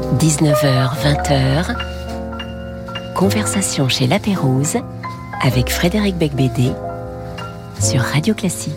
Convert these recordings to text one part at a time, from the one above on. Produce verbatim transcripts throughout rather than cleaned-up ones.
dix-neuf heures vingt, conversation chez La Pérouse avec Frédéric Becbédé sur Radio Classique.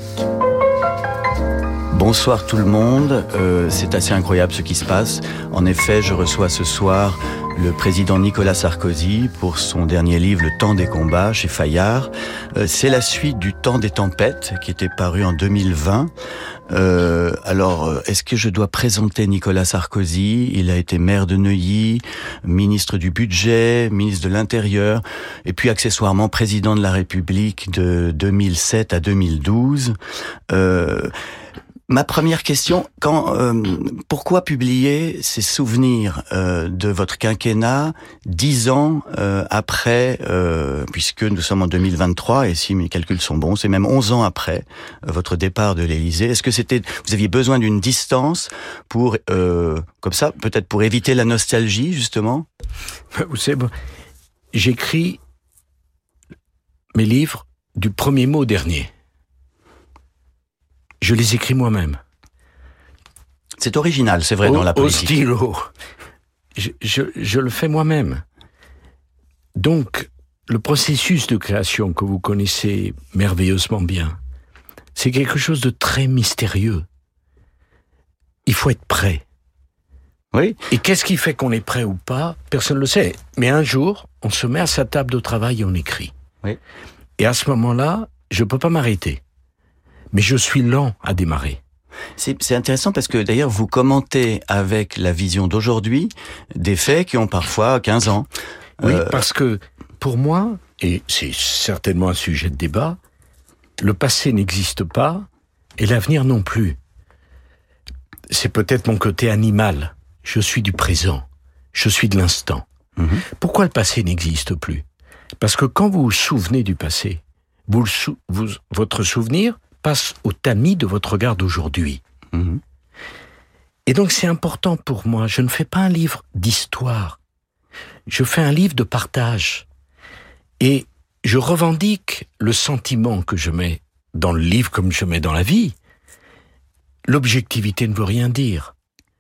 Bonsoir tout le monde, euh, c'est assez incroyable ce qui se passe. En effet, je reçois ce soir le président Nicolas Sarkozy pour son dernier livre, Le Temps des combats, chez Fayard. Euh, c'est la suite du Temps des tempêtes, qui était paru en deux mille vingt. Euh, alors, est-ce que je dois présenter Nicolas Sarkozy? Il a été maire de Neuilly, ministre du Budget, ministre de l'Intérieur, et puis accessoirement président de la République de deux mille sept à deux mille douze. Euh, Ma première question, quand, euh, pourquoi publier ces souvenirs euh, de votre quinquennat dix ans euh, après, euh, puisque nous sommes en deux mille vingt-trois, et si mes calculs sont bons, c'est même onze ans après euh, votre départ de l'Élysée. Est-ce que c'était, vous aviez besoin d'une distance pour, euh, comme ça, peut-être pour éviter la nostalgie, justement? Vous savez, bon, j'écris mes livres du premier mot au dernier. Je les écris moi-même. C'est original, c'est vrai, au, dans la politique. Au stylo. Je, je, je le fais moi-même. Donc, le processus de création que vous connaissez merveilleusement bien, c'est quelque chose de très mystérieux. Il faut être prêt. Oui. Et qu'est-ce qui fait qu'on est prêt ou pas? Personne ne le sait. Mais un jour, on se met à sa table de travail et on écrit. Oui. Et à ce moment-là, je ne peux pas m'arrêter. Mais je suis lent à démarrer. C'est, c'est intéressant parce que d'ailleurs vous commentez avec la vision d'aujourd'hui des faits qui ont parfois quinze ans. Oui, euh... parce que pour moi, et c'est certainement un sujet de débat, le passé n'existe pas et l'avenir non plus. C'est peut-être mon côté animal. Je suis du présent. Je suis de l'instant. Mm-hmm. Pourquoi le passé n'existe plus? Parce que quand vous vous souvenez du passé, vous, sou- vous votre souvenir passe au tamis de votre regard d'aujourd'hui. Mmh. Et donc c'est important pour moi, je ne fais pas un livre d'histoire, je fais un livre de partage. Et je revendique le sentiment que je mets dans le livre comme je mets dans la vie. L'objectivité ne veut rien dire.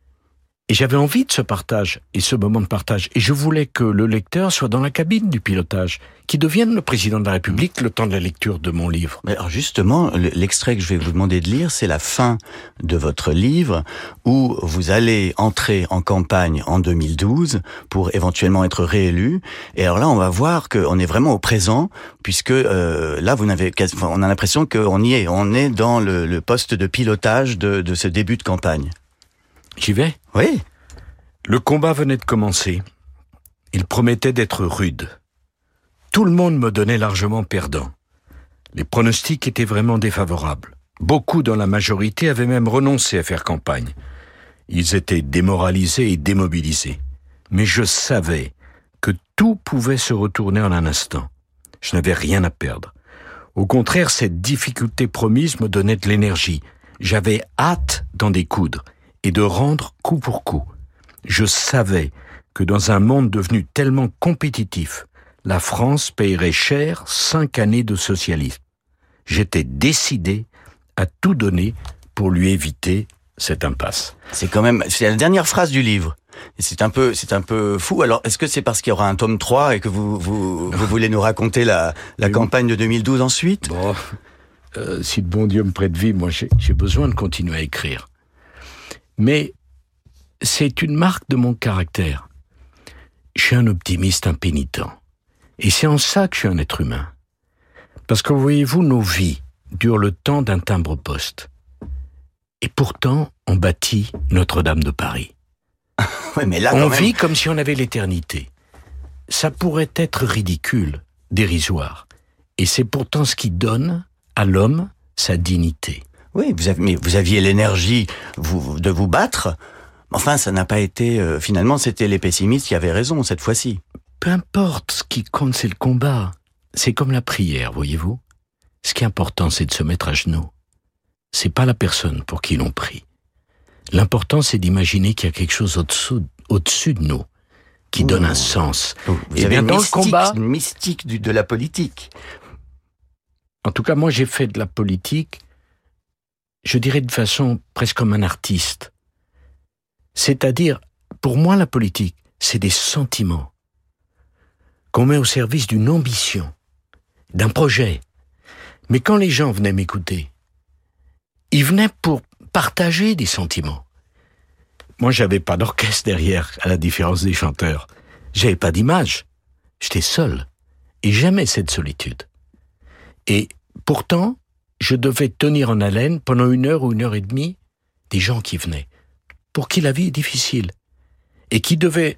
Et j'avais envie de ce partage et ce moment de partage. Et je voulais que le lecteur soit dans la cabine du pilotage, qui devienne le président de la République le temps de la lecture de mon livre. Mais alors justement, l'extrait que je vais vous demander de lire, c'est la fin de votre livre, où vous allez entrer en campagne en deux mille douze pour éventuellement être réélu. Et alors là, on va voir qu'on est vraiment au présent, puisque euh, là, vous n'avez, enfin, on a l'impression qu'on y est. On est dans le, le poste de pilotage de, de ce début de campagne. J'y vais? Oui. Le combat venait de commencer. Il promettait d'être rude. Tout le monde me donnait largement perdant. Les pronostics étaient vraiment défavorables. Beaucoup dans la majorité avaient même renoncé à faire campagne. Ils étaient démoralisés et démobilisés. Mais je savais que tout pouvait se retourner en un instant. Je n'avais rien à perdre. Au contraire, cette difficulté promise me donnait de l'énergie. J'avais hâte d'en découdre et de rendre coup pour coup. Je savais que dans un monde devenu tellement compétitif, la France payerait cher cinq années de socialisme. J'étais décidé à tout donner pour lui éviter cette impasse. C'est quand même, c'est la dernière phrase du livre. Et c'est un peu, c'est un peu fou. Alors, est-ce que c'est parce qu'il y aura un tome trois et que vous, vous, vous voulez nous raconter la, la Mais campagne de deux mille douze ensuite? Bon, euh, si le bon Dieu me prête vie, moi j'ai, j'ai besoin de continuer à écrire. Mais c'est une marque de mon caractère. Je suis un optimiste impénitent. Et c'est en ça que je suis un être humain. Parce que voyez-vous, nos vies durent le temps d'un timbre-poste. Et pourtant, on bâtit Notre-Dame de Paris. Ouais, mais là, on quand vit même... comme si on avait l'éternité. Ça pourrait être ridicule, dérisoire. Et c'est pourtant ce qui donne à l'homme sa dignité. Oui, vous avez, mais vous aviez l'énergie vous, de vous battre. Enfin, ça n'a pas été... Euh, finalement, c'était les pessimistes qui avaient raison cette fois-ci. Peu importe, ce qui compte, c'est le combat. C'est comme la prière, voyez-vous. Ce qui est important, c'est de se mettre à genoux. C'est pas la personne pour qui l'on prie. L'important, c'est d'imaginer qu'il y a quelque chose au-dessous, au-dessus de nous, qui Ouh. donne un sens. Vous Et avez bien, une dans mystique, le combat, une mystique du, de la politique. En tout cas, moi, j'ai fait de la politique, je dirais de façon presque comme un artiste. C'est-à-dire, Pour moi, la politique, c'est des sentiments qu'on met au service d'une ambition, d'un projet. Mais quand les gens venaient m'écouter, ils venaient pour partager des sentiments. Moi, j'avais pas d'orchestre derrière, à la différence des chanteurs. J'avais pas d'image. J'étais seul. Et j'aimais cette solitude. Et pourtant, je devais tenir en haleine pendant une heure ou une heure et demie des gens qui venaient, pour qui la vie est difficile, et qui devaient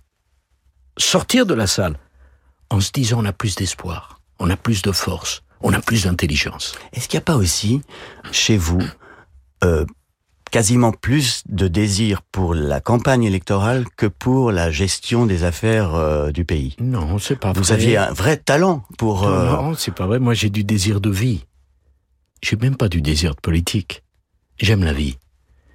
sortir de la salle en se disant on a plus d'espoir, on a plus de force, on a plus d'intelligence. Est-ce qu'il n'y a pas aussi, chez vous, euh, quasiment plus de désir pour la campagne électorale que pour la gestion des affaires euh, du pays? Non, c'est pas vrai. Vous aviez un vrai talent pour... Euh... Non, c'est pas vrai. Moi, j'ai du désir de vie. J'ai même pas du désir de politique. J'aime la vie.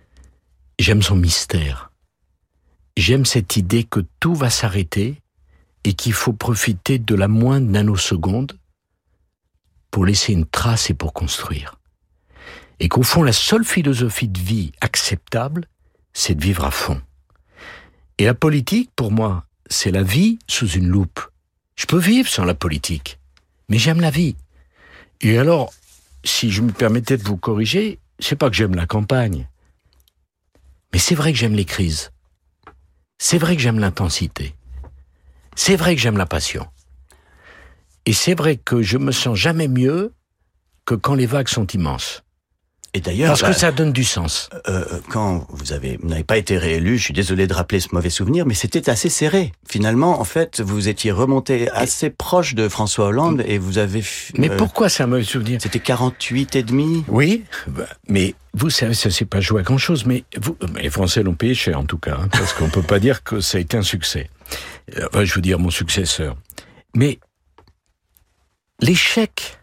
J'aime son mystère. J'aime cette idée que tout va s'arrêter et qu'il faut profiter de la moindre nanoseconde pour laisser une trace et pour construire. Et qu'au fond, la seule philosophie de vie acceptable, c'est de vivre à fond. Et la politique, pour moi, c'est la vie sous une loupe. Je peux vivre sans la politique, mais j'aime la vie. Et alors, si je me permettais de vous corriger, c'est pas que j'aime la campagne, mais c'est vrai que j'aime les crises. C'est vrai que j'aime l'intensité. C'est vrai que j'aime la passion. Et c'est vrai que je me sens jamais mieux que quand les vagues sont immenses. Et d'ailleurs, parce bah, que ça donne du sens. Euh, quand vous avez vous n'avez pas été réélu, je suis désolé de rappeler ce mauvais souvenir, mais c'était assez serré. Finalement, en fait, vous étiez remonté assez proche de François Hollande et vous avez... Mais euh, pourquoi c'est un mauvais souvenir? C'était quarante-huit et demi. Oui, bah, mais vous savez, ça s'est pas joué à grand chose, mais vous, les Français l'ont payé cher en tout cas, hein, parce qu'on peut pas dire que ça a été un succès. Enfin, je veux dire mon successeur. Mais l'échec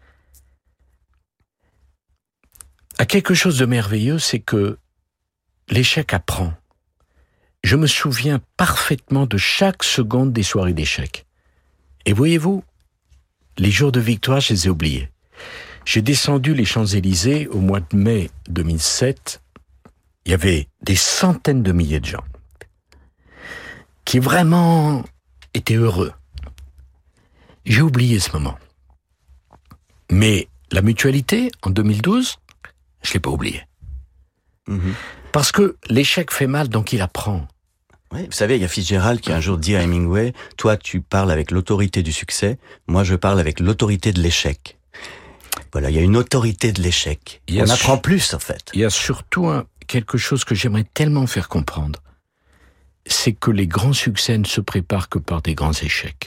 a quelque chose de merveilleux, c'est que l'échec apprend. Je me souviens parfaitement de chaque seconde des soirées d'échecs. Et voyez-vous, les jours de victoire, je les ai oubliés. J'ai descendu les Champs-Élysées au mois de mai deux mille sept. Il y avait des centaines de milliers de gens qui vraiment étaient heureux. J'ai oublié ce moment. Mais la mutualité, en deux mille douze, je l'ai pas oublié. Mmh. Parce que l'échec fait mal, donc il apprend. Oui, vous savez, il y a Fitzgerald qui un jour dit à Hemingway, toi tu parles avec l'autorité du succès, moi je parle avec l'autorité de l'échec. Voilà, il y a une autorité de l'échec. On apprend plus, en fait. Il y a surtout un, quelque chose que j'aimerais tellement faire comprendre. C'est que les grands succès ne se préparent que par des grands échecs.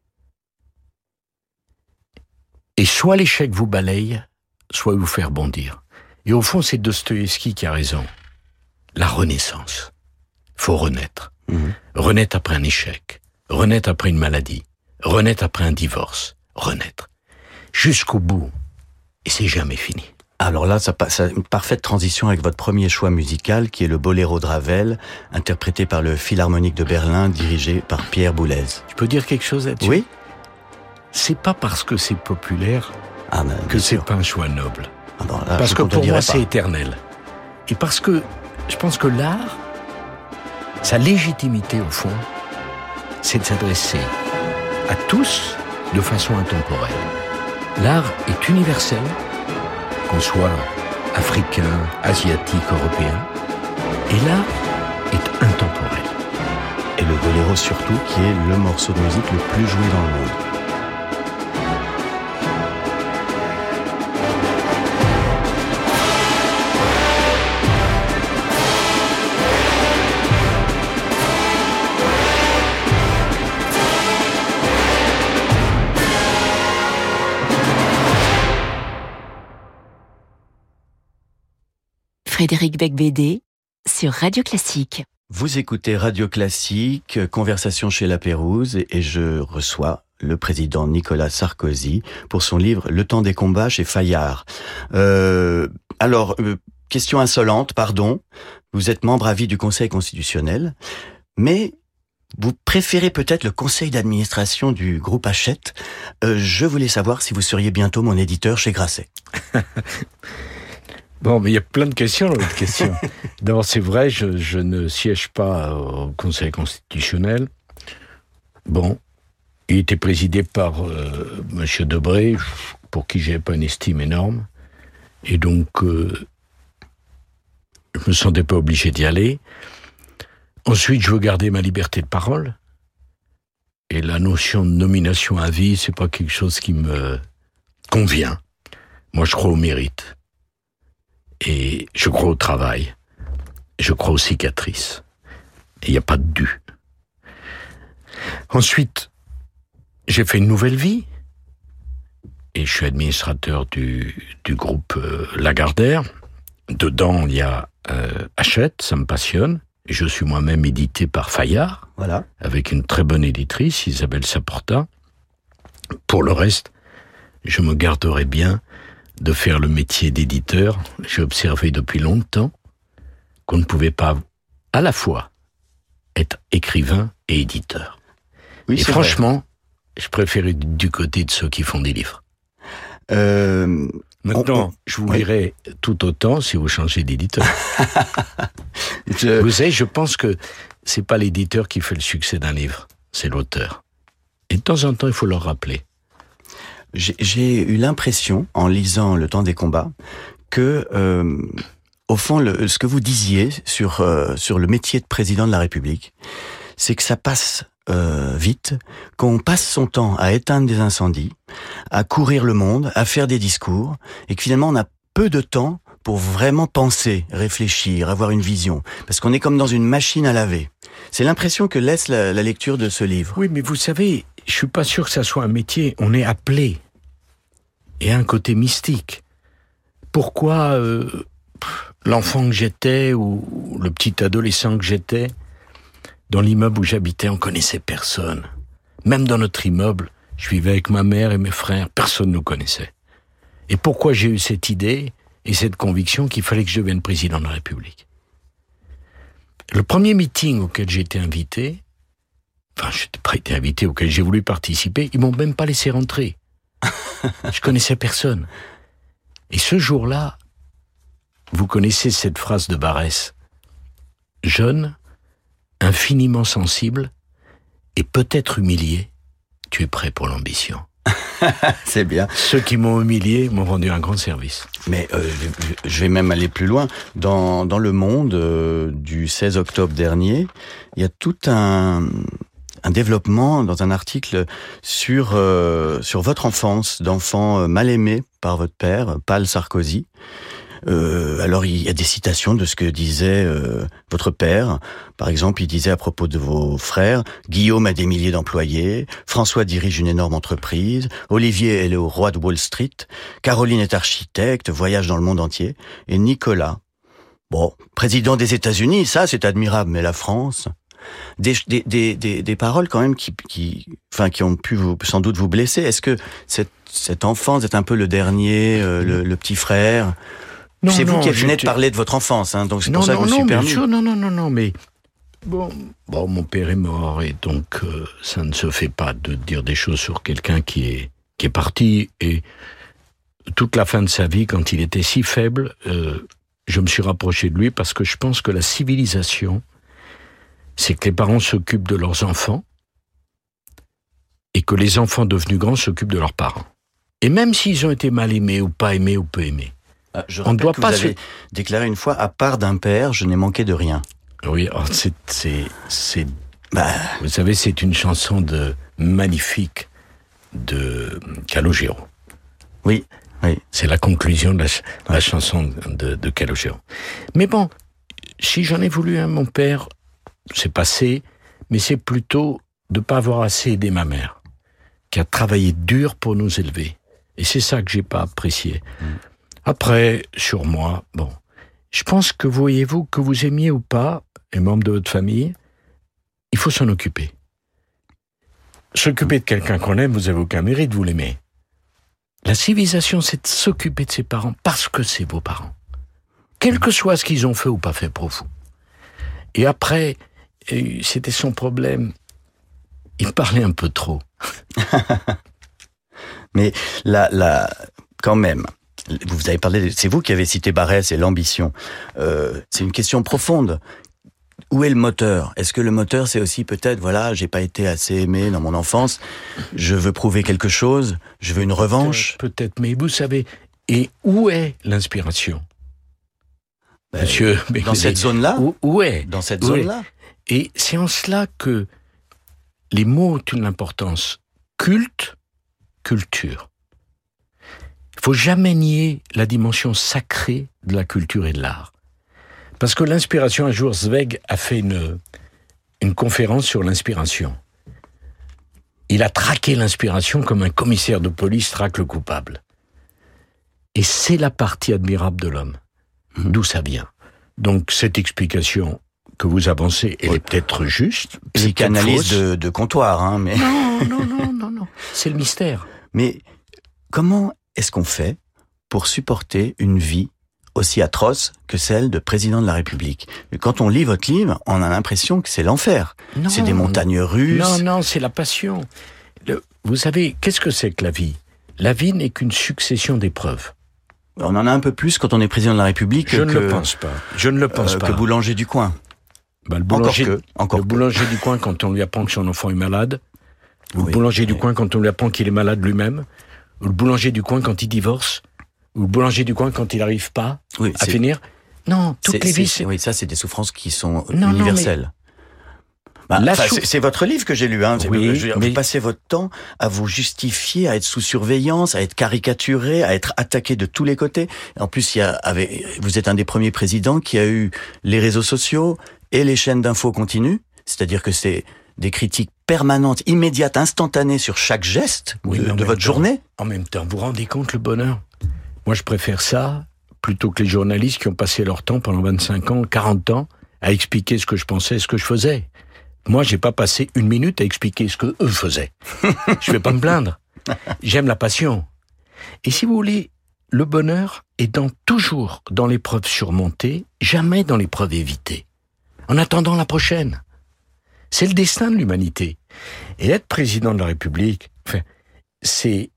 Et soit l'échec vous balaye, soit vous fait rebondir. Et au fond, c'est Dostoïevski qui a raison. La renaissance. Faut renaître. Mmh. Renaître après un échec. Renaître après une maladie. Renaître après un divorce. Renaître. Jusqu'au bout. Et c'est jamais fini. Alors là, ça passe une parfaite transition avec votre premier choix musical, qui est le Boléro de Ravel, interprété par le Philharmonique de Berlin, dirigé par Pierre Boulez. Tu peux dire quelque chose là-dessus? Oui. C'est pas parce que c'est populaire ah ben, que c'est sûr. pas un choix noble. Ah bon, là, parce que pour moi, pas. c'est éternel. Et parce que je pense que l'art, sa légitimité au fond, c'est de s'adresser à tous de façon intemporelle. L'art est universel, qu'on soit africain, asiatique, européen, et l'art est intemporel. Et le boléro surtout, qui est le morceau de musique le plus joué dans le monde. Frédéric Becbédé sur Radio Classique. Vous écoutez Radio Classique, Conversation chez la Pérouse, et je reçois le président Nicolas Sarkozy pour son livre Le temps des combats chez Fayard. Euh, alors, euh, question insolente, pardon. Vous êtes membre à vie du Conseil constitutionnel, mais vous préférez peut-être le conseil d'administration du groupe Hachette. Euh, je voulais savoir si vous seriez bientôt mon éditeur chez Grasset. Bon, mais il y a plein de questions dans votre question. D'abord, c'est vrai, je, je ne siège pas au Conseil constitutionnel. Bon, il était présidé par euh, M. Debré, pour qui je n'avais pas une estime énorme. Et donc, euh, je ne me sentais pas obligé d'y aller. Ensuite, je veux garder ma liberté de parole. Et la notion de nomination à vie, c'est pas quelque chose qui me convient. Moi, je crois au mérite. Et je crois au travail. Je crois aux cicatrices. Et il n'y a pas de dû. Ensuite, j'ai fait une nouvelle vie. Et je suis administrateur du, du groupe euh, Lagardère. Dedans, il y a euh, Hachette, ça me passionne. Et je suis moi-même édité par Fayard. Voilà. Avec une très bonne éditrice, Isabelle Saporta. Pour le reste, je me garderai bien de faire le métier d'éditeur. J'ai observé depuis longtemps qu'on ne pouvait pas à la fois être écrivain et éditeur. Oui, et franchement, vrai. je préfère être du côté de ceux qui font des livres. Euh, Maintenant, on, on, je vous oui. lirai tout autant si vous changez d'éditeur. je... Vous savez, je pense que c'est pas l'éditeur qui fait le succès d'un livre, c'est l'auteur. Et de temps en temps, il faut leur rappeler. J'ai, j'ai eu l'impression, en lisant Le Temps des combats, que, euh, au fond, le, ce que vous disiez sur euh, sur le métier de président de la République, c'est que ça passe euh, vite, qu'on passe son temps à éteindre des incendies, à courir le monde, à faire des discours, et que finalement on a peu de temps pour vraiment penser, réfléchir, avoir une vision, parce qu'on est comme dans une machine à laver. C'est l'impression que laisse la, la lecture de ce livre. Oui, mais vous savez, je suis pas sûr que ça soit un métier. On est appelé. Et un côté mystique. Pourquoi euh, l'enfant que j'étais ou le petit adolescent que j'étais, dans l'immeuble où j'habitais, on connaissait personne. Même dans notre immeuble, je vivais avec ma mère et mes frères, personne ne nous connaissait. Et pourquoi j'ai eu cette idée et cette conviction qu'il fallait que je devienne président de la République? Le premier meeting auquel j'ai été invité, enfin, je n'ai pas été invité, auquel j'ai voulu participer, ils m'ont même pas laissé rentrer. Je connaissais personne. Et ce jour-là, vous connaissez cette phrase de Barès. Jeune, infiniment sensible et peut-être humilié, tu es prêt pour l'ambition. C'est bien. Ceux qui m'ont humilié m'ont rendu un grand service. Mais euh, je vais même aller plus loin. Dans, dans Le Monde euh, du seize octobre dernier, il y a tout un... un développement dans un article sur euh, sur votre enfance d'enfant mal aimé par votre père, Paul Sarkozy. Euh, alors il y a des citations de ce que disait euh, votre père. Par exemple, il disait à propos de vos frères: Guillaume a des milliers d'employés, François dirige une énorme entreprise, Olivier est le roi de Wall Street, Caroline est architecte, voyage dans le monde entier, et Nicolas, bon, président des États-Unis, ça c'est admirable, mais la France. Des, des, des, des, des paroles quand même qui, qui, enfin, qui ont pu vous, sans doute vous blesser. Est-ce que cette, cette enfance est un peu le dernier, euh, le, le petit frère? Non, c'est non, vous qui venez de j'étais... parler de votre enfance, hein, donc c'est non, pour ça non, que je me non, suis permis. Sûr, non, non, non, non, mais bon, bon, mon père est mort et donc euh, ça ne se fait pas de dire des choses sur quelqu'un qui est qui est parti. Et toute la fin de sa vie, quand il était si faible, euh, je me suis rapproché de lui parce que je pense que la civilisation, c'est que les parents s'occupent de leurs enfants et que les enfants devenus grands s'occupent de leurs parents. Et même s'ils ont été mal aimés ou pas aimés ou peu aimés, ah, je on ne doit que pas vous avez se... déclaré une fois, à part d'un père, je n'ai manqué de rien. Oui, oh, c'est, c'est, c'est, bah... vous savez, c'est une chanson de magnifique de Calogero. Oui, oui. C'est la conclusion de la, ch- la chanson de, de Calogero. Mais bon, si j'en ai voulu un, mon père, c'est passé, mais c'est plutôt de pas avoir assez aidé ma mère, qui a travaillé dur pour nous élever. Et c'est ça que j'ai pas apprécié. Mmh. Après, sur moi, bon, je pense que, voyez-vous, que vous aimiez ou pas, les membres de votre famille, il faut s'en occuper. S'occuper de quelqu'un qu'on aime, vous n'avez aucun mérite, vous l'aimez. La civilisation, c'est de s'occuper de ses parents parce que c'est vos parents. Quel que soit ce qu'ils ont fait ou pas fait pour vous. Et après, c'était son problème. Il parlait un peu trop. Mais là, là, quand même, vous avez parlé, c'est vous qui avez cité Barrès et l'ambition. Euh, c'est une question profonde. Où est le moteur ? Est-ce que le moteur, c'est aussi peut-être, voilà, j'ai pas été assez aimé dans mon enfance, je veux prouver quelque chose, je veux une revanche ? Peut-être, peut-être, mais vous savez, et où est l'inspiration ? Ben, Monsieur, dans mais cette zone-là ? Où, où est ? Dans cette zone-là ? Et c'est en cela que les mots ont une importance. Culte, culture. Il faut jamais nier la dimension sacrée de la culture et de l'art. Parce que l'inspiration, un jour, Zweig a fait une, une conférence sur l'inspiration. Il a traqué l'inspiration comme un commissaire de police traque le coupable. Et c'est la partie admirable de l'homme. Mmh. D'où ça vient. Donc, cette explication que vous avancez, elle oui. est peut-être juste. Psychanalyse de, de comptoir, hein, mais... Non, non, non, non, non. C'est le mystère. Mais comment est-ce qu'on fait pour supporter une vie aussi atroce que celle de président de la République? Quand on lit votre livre, on a l'impression que c'est l'enfer. Non, c'est des montagnes russes. Non, non, c'est la passion. Le, vous savez, qu'est-ce que c'est que la vie ? La vie n'est qu'une succession d'épreuves. On en a un peu plus quand on est président de la République. Je que, ne le pense pas. Je ne le pense euh, pas. Que boulanger du coin. Bah, le boulanger, encore que, encore le que. boulanger du coin quand on lui apprend que son enfant est malade. Ou oui, le boulanger oui. du coin quand on lui apprend qu'il est malade lui-même. Ou le boulanger du coin quand il divorce. Ou le boulanger du coin quand il n'arrive pas oui, à finir. Non, toutes c'est, les vies... C'est, oui, ça, c'est des souffrances qui sont non, universelles. Non, Bah, sou... c'est, c'est votre livre que j'ai lu. Hein. Oui, je, mais... Vous passez votre temps à vous justifier, à être sous surveillance, à être caricaturé, à être attaqué de tous les côtés. En plus, il y a, avec, vous êtes un des premiers présidents qui a eu les réseaux sociaux et les chaînes d'infos continues. C'est-à-dire que c'est des critiques permanentes, immédiates, instantanées sur chaque geste oui, de, de votre temps, journée. En même temps, vous vous rendez compte le bonheur ? Moi, je préfère ça plutôt que les journalistes qui ont passé leur temps pendant vingt-cinq ans, quarante ans, à expliquer ce que je pensais, ce que je faisais. Moi, j'ai pas passé une minute à expliquer ce que eux faisaient. Je vais pas me plaindre. J'aime la passion. Et si vous voulez, le bonheur est dans, toujours dans l'épreuve surmontée, jamais dans l'épreuve évitée. En attendant la prochaine. C'est le destin de l'humanité. Et être président de la République, enfin, c'est...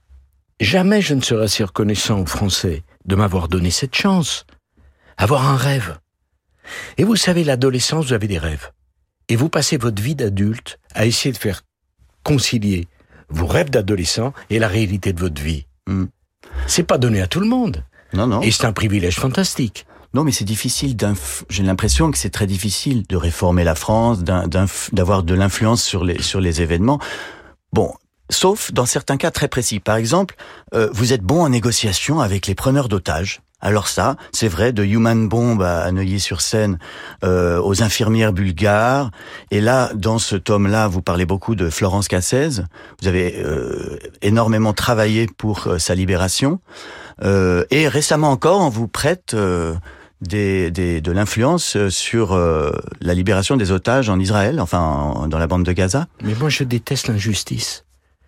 Jamais je ne serai assez reconnaissant aux Français de m'avoir donné cette chance. Avoir un rêve. Et vous savez, l'adolescence, vous avez des rêves. Et vous passez votre vie d'adulte à essayer de faire concilier vos rêves d'adolescent et la réalité de votre vie. Mm. C'est pas donné à tout le monde. Non, non. Et c'est un privilège fantastique. Non, mais c'est difficile. D'inf... J'ai l'impression que c'est très difficile de réformer la France, d'inf... d'avoir de l'influence sur les sur les événements. Bon. Sauf dans certains cas très précis. Par exemple, euh, vous êtes bon en négociation avec les preneurs d'otages. Alors ça, c'est vrai, de Human Bomb à Neuilly-sur-Seine, euh, aux infirmières bulgares. Et là, dans ce tome-là, vous parlez beaucoup de Florence Cassez. Vous avez euh, énormément travaillé pour euh, sa libération. Euh, et récemment encore, on vous prête euh, des, des, de l'influence sur euh, la libération des otages en Israël, enfin en, dans la bande de Gaza. Mais moi, je déteste l'injustice.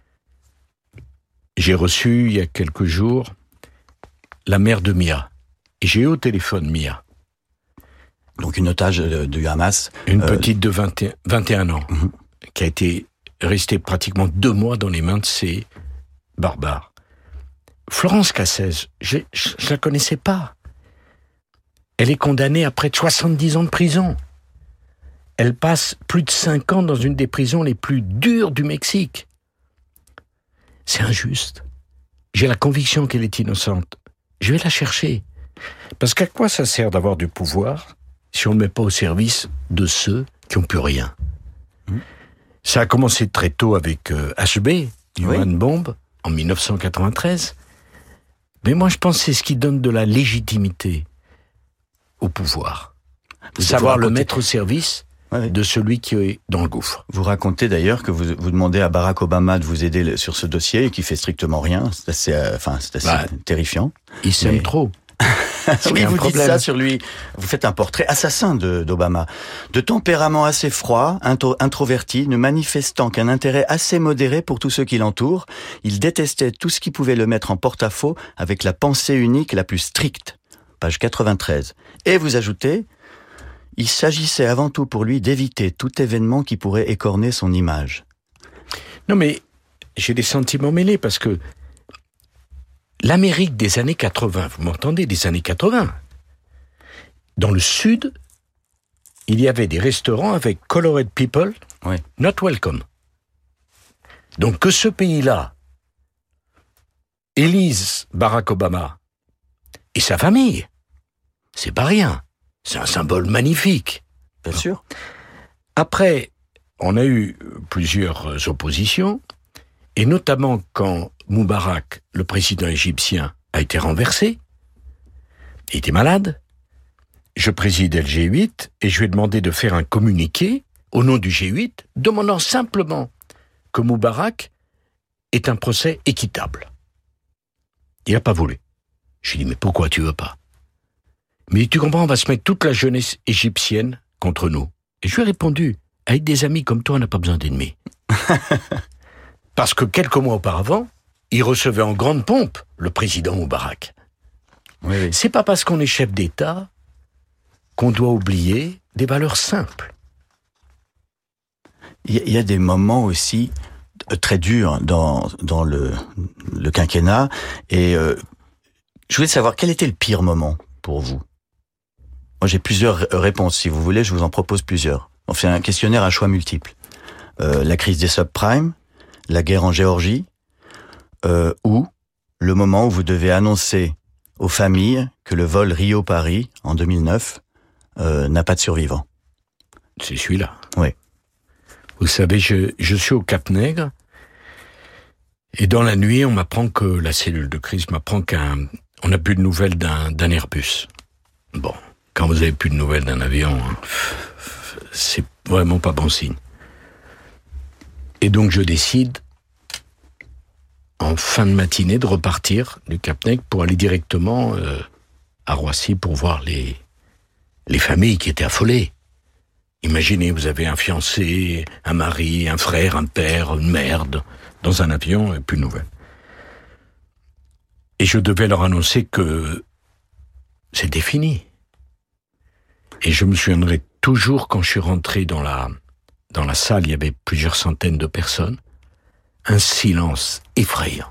J'ai reçu, il y a quelques jours, la mère de Mia. Et j'ai eu au téléphone Mia. Donc une otage du Hamas. Une euh... petite de vingt et un, vingt et un ans, mm-hmm. qui a été restée pratiquement deux mois dans les mains de ces barbares. Florence Cassez, je ne la connaissais pas. Elle est condamnée à près de soixante-dix ans de prison. Elle passe plus de cinq ans dans une des prisons les plus dures du Mexique. C'est injuste. J'ai la conviction qu'elle est innocente. Je vais la chercher. Parce qu'à quoi ça sert d'avoir du pouvoir si on ne le met pas au service de ceux qui n'ont plus rien ? Mmh. Ça a commencé très tôt avec euh, H B, Human oui. Bomb, en dix-neuf cent quatre-vingt-treize. Mais moi, je pense que c'est ce qui donne de la légitimité au pouvoir. Vous savoir le mettre au service ouais. de celui qui est dans le gouffre. Vous racontez d'ailleurs que vous, vous demandez à Barack Obama de vous aider sur ce dossier et qu'il fait strictement rien. C'est assez, euh, enfin, c'est assez bah, terrifiant. Il s'aime Mais... trop. Oui, vous dites ça sur lui. Vous faites un portrait assassin de, d'Obama. De tempérament assez froid, intro, introverti, ne manifestant qu'un intérêt assez modéré pour tous ceux qui l'entourent, il détestait tout ce qui pouvait le mettre en porte-à-faux avec la pensée unique la plus stricte. Page quatre-vingt-treize. Et vous ajoutez, il s'agissait avant tout pour lui d'éviter tout événement qui pourrait écorner son image. Non mais, j'ai des sentiments mêlés parce que l'Amérique des années quatre-vingts, vous m'entendez, des années quatre-vingts. Dans le sud, il y avait des restaurants avec Colored People, oui. Not welcome. Donc que ce pays-là élise Barack Obama et sa famille, c'est pas rien. C'est un symbole magnifique. Bien sûr. Après, on a eu plusieurs oppositions, et notamment quand Moubarak, le président égyptien, a été renversé, il était malade, je présidais le G huit, et je lui ai demandé de faire un communiqué au nom du G huit, demandant simplement que Moubarak ait un procès équitable. Il n'a pas voulu. Je lui ai dit, mais pourquoi tu veux pas? Mais tu comprends, on va se mettre toute la jeunesse égyptienne contre nous. Et je lui ai répondu, avec des amis comme toi, on n'a pas besoin d'ennemis. Parce que quelques mois auparavant, il recevait en grande pompe le président Moubarak. Oui, oui. C'est pas parce qu'on est chef d'État qu'on doit oublier des valeurs simples. Il y, y a des moments aussi très durs dans, dans le, le quinquennat. Et euh, je voulais savoir, quel était le pire moment pour vous? Moi, j'ai plusieurs réponses. Si vous voulez, je vous en propose plusieurs. On fait un questionnaire à choix multiples. Euh, la crise des subprimes, la guerre en Géorgie, euh, ou le moment où vous devez annoncer aux familles que le vol Rio-Paris, en deux mille neuf, euh, n'a pas de survivants. C'est celui-là. Oui. Vous savez, je, je suis au Cap-Nègre, et dans la nuit, on m'apprend que la cellule de crise m'apprend qu'un, on n'a plus de nouvelles d'un, d'un Airbus. Bon, quand vous avez plus de nouvelles d'un avion, hein, c'est vraiment pas bon signe. Et donc je décide, en fin de matinée, de repartir du Cap-Nègre pour aller directement euh, à Roissy pour voir les, les familles qui étaient affolées. Imaginez, vous avez un fiancé, un mari, un frère, un père, une mère dans un avion, et plus de nouvelles. Et je devais leur annoncer que c'était fini. Et je me souviendrai toujours, quand je suis rentré dans la, dans la salle, il y avait plusieurs centaines de personnes, un silence effrayant.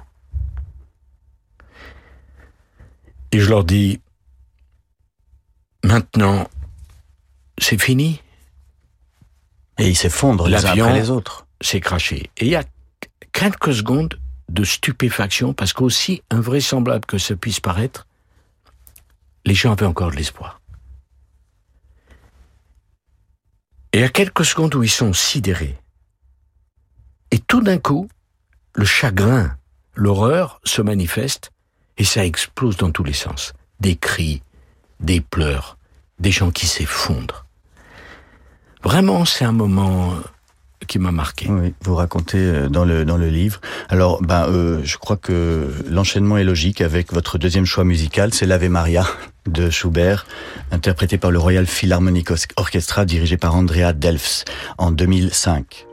Et je leur dis, maintenant, c'est fini. Et ils s'effondrent les uns après les autres. S'est craché. Et il y a quelques secondes de stupéfaction, parce qu'aussi invraisemblable que ça puisse paraître, les gens avaient encore de l'espoir. Et il y a quelques secondes où ils sont sidérés. Et tout d'un coup, le chagrin, l'horreur se manifeste, et ça explose dans tous les sens. Des cris, des pleurs, des gens qui s'effondrent. Vraiment, c'est un moment qui m'a marqué. Oui, vous racontez dans le dans le livre. Alors, ben, euh, je crois que l'enchaînement est logique avec votre deuxième choix musical, c'est l'Ave Maria de Schubert, interprété par le Royal Philharmonic Orchestra, dirigé par Andrea Delfs en deux mille cinq.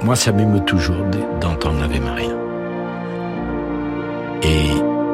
moi, ça m'émeut toujours d'entendre l'Ave Maria. Et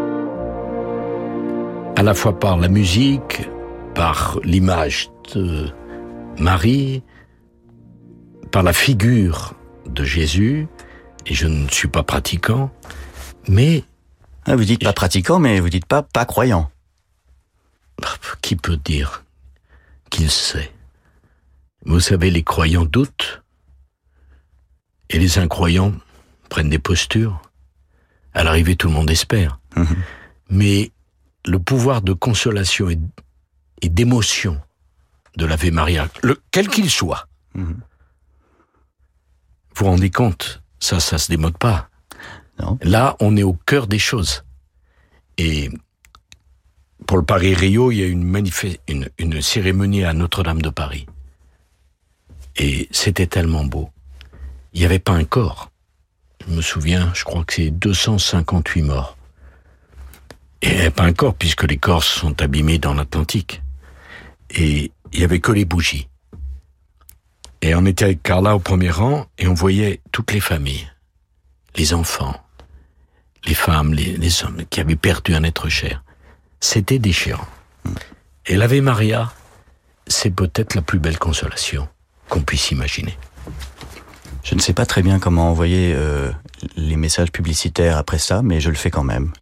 à la fois par la musique, par l'image de Marie, par la figure de Jésus, et je ne suis pas pratiquant, mais... Ah, vous dites pas pratiquant, mais vous dites pas pas croyant. Qui peut dire qu'il sait? Vous savez, les croyants doutent, et les incroyants prennent des postures. À l'arrivée, tout le monde espère. Mmh. Mais le pouvoir de consolation et, et d'émotion de l'Ave Maria, le, quel qu'il soit, mmh. vous vous rendez compte, ça, ça se démode pas. Non. Là, on est au cœur des choses. Et pour le Paris-Rio, il y a une, manif- une, une cérémonie à Notre-Dame de Paris. Et c'était tellement beau. Il n'y avait pas un corps. Je me souviens, je crois que c'est deux cent cinquante-huit morts. Et il n'y avait pas un corps, puisque les corps sont abîmés dans l'Atlantique. Et il n'y avait que les bougies. Et on était avec Carla au premier rang, et on voyait toutes les familles, les enfants, les femmes, les, les hommes qui avaient perdu un être cher. C'était déchirant. Et l'Ave Maria, c'est peut-être la plus belle consolation qu'on puisse imaginer. Je ne sais pas très bien comment envoyer euh, les messages publicitaires après ça, mais je le fais quand même.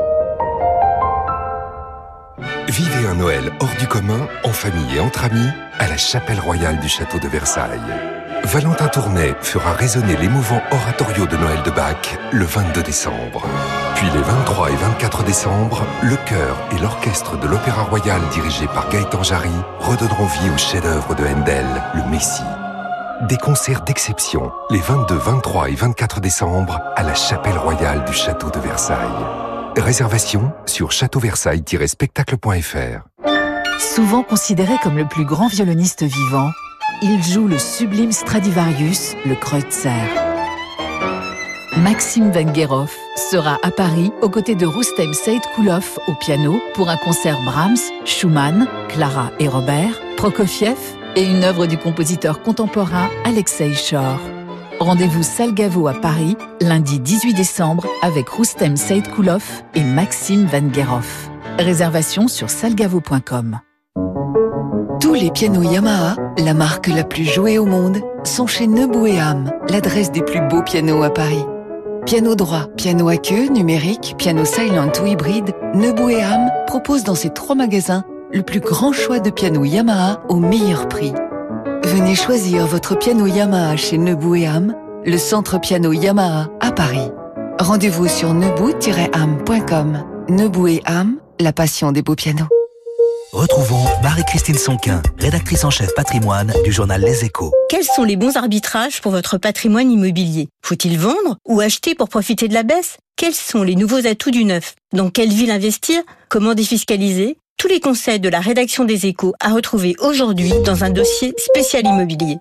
Vivez un Noël hors du commun, en famille et entre amis, à la chapelle royale du château de Versailles. Valentin Tournay fera résonner l'émouvant oratorio de Noël de Bach le vingt-deux décembre. Puis les vingt-trois et vingt-quatre décembre, le chœur et l'orchestre de l'Opéra Royal dirigé par Gaëtan Jarry redonneront vie au chef-d'œuvre de Handel, le Messie. Des concerts d'exception les vingt-deux, vingt-trois et vingt-quatre décembre à la chapelle royale du château de Versailles. Réservation sur château versailles tiret spectacle point f r. Souvent considéré comme le plus grand violoniste vivant, il joue le sublime Stradivarius, le Kreutzer. Maxime Vengerov sera à Paris aux côtés de Roustem Saïd-Koulov au piano pour un concert Brahms, Schumann, Clara et Robert, Prokofiev et une œuvre du compositeur contemporain Alexei Shor. Rendez-vous Salle Gaveau à Paris, lundi dix-huit décembre, avec Roustem Saïd-Koulov et Maxime Vengerov. Réservation sur salgavo point com. Tous les pianos Yamaha, la marque la plus jouée au monde, sont chez Nebou et Ham, l'adresse des plus beaux pianos à Paris. Piano droit, piano à queue, numérique, piano silent ou hybride, Nebou et Ham propose dans ces trois magasins le plus grand choix de pianos Yamaha au meilleur prix. Venez choisir votre piano Yamaha chez Nebou et Ham, le centre piano Yamaha à Paris. Rendez-vous sur nebou tiret ham point com. Nebou et Ham, la passion des beaux pianos. Retrouvons Marie-Christine Sonquin, rédactrice en chef patrimoine du journal Les Échos. Quels sont les bons arbitrages pour votre patrimoine immobilier? Faut-il vendre ou acheter pour profiter de la baisse? Quels sont les nouveaux atouts du neuf? Dans quelle ville investir? Comment défiscaliser? Tous les conseils de la rédaction des Échos à retrouver aujourd'hui dans un dossier spécial immobilier.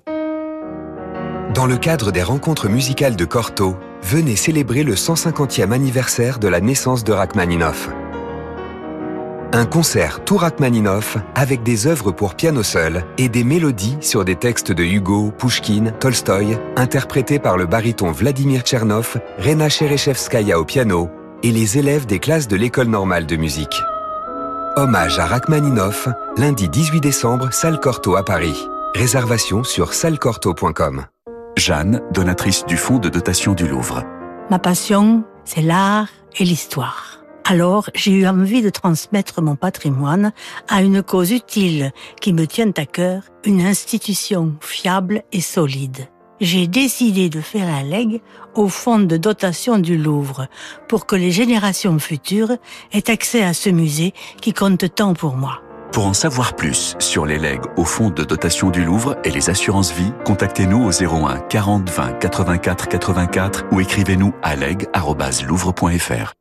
Dans le cadre des rencontres musicales de Cortot, venez célébrer le cent cinquantième anniversaire de la naissance de Rachmaninoff. Un concert tout Rachmaninoff avec des œuvres pour piano seul et des mélodies sur des textes de Hugo, Pouchkine, Tolstoï, interprétés par le baryton Vladimir Tchernov, Rena Cherechevskaya au piano et les élèves des classes de l'École normale de musique. Hommage à Rachmaninoff, lundi dix-huit décembre, salle Cortot à Paris. Réservation sur salle cortot point com. Jeanne, donatrice du Fonds de dotation du Louvre. Ma passion, c'est l'art et l'histoire. Alors, j'ai eu envie de transmettre mon patrimoine à une cause utile qui me tient à cœur, une institution fiable et solide. J'ai décidé de faire un legs au Fonds de dotation du Louvre pour que les générations futures aient accès à ce musée qui compte tant pour moi. Pour en savoir plus sur les legs au Fonds de dotation du Louvre et les assurances vie, contactez-nous au zéro un quarante vingt quatre-vingt-quatre quatre-vingt-quatre ou écrivez-nous à legs arobase louvre point f r.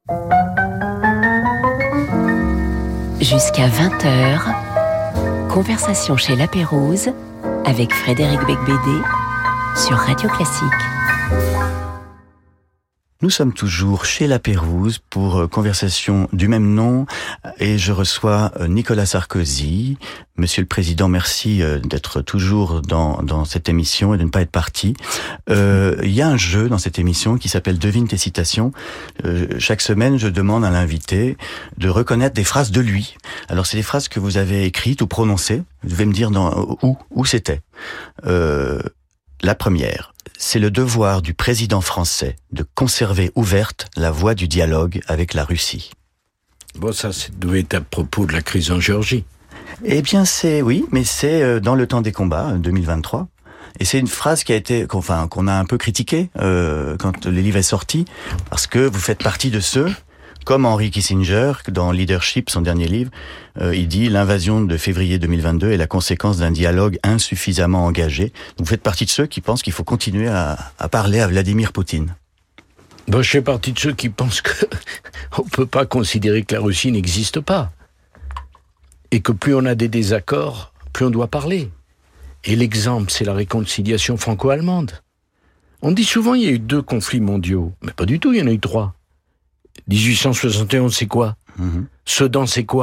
Jusqu'à vingt heures, conversation chez La Pérouse avec Frédéric Becbédé sur Radio Classique. Nous sommes toujours chez La Pérouse pour euh, conversation du même nom et je reçois euh, Nicolas Sarkozy. Monsieur le Président, merci euh, d'être toujours dans, dans cette émission et de ne pas être parti. Euh, il y a un jeu dans cette émission qui s'appelle Devine tes citations. Euh, chaque semaine, je demande à l'invité de reconnaître des phrases de lui. Alors, c'est des phrases que vous avez écrites ou prononcées. Vous devez me dire dans, où, où c'était. Euh, la première. C'est le devoir du président français de conserver ouverte la voie du dialogue avec la Russie. Bon, ça, ça devait être à propos de la crise en Géorgie. Eh bien, c'est, oui, mais c'est dans le temps des combats, deux mille vingt-trois. Et c'est une phrase qui a été, enfin, qu'on a un peu critiquée euh, quand le livre est sorti, parce que vous faites partie de ceux, comme Henry Kissinger, dans Leadership, son dernier livre, euh, il dit « L'invasion de février deux mille vingt-deux est la conséquence d'un dialogue insuffisamment engagé ». Vous faites partie de ceux qui pensent qu'il faut continuer à, à parler à Vladimir Poutine. Bon, je fais partie de ceux qui pensent que on peut pas considérer que la Russie n'existe pas. Et que plus on a des désaccords, plus on doit parler. Et l'exemple, c'est la réconciliation franco-allemande. On dit souvent qu'il y a eu deux conflits mondiaux. Mais pas du tout, il y en a eu trois. dix-huit cent soixante et onze, c'est quoi ? mmh. Sedan, c'est quoi ?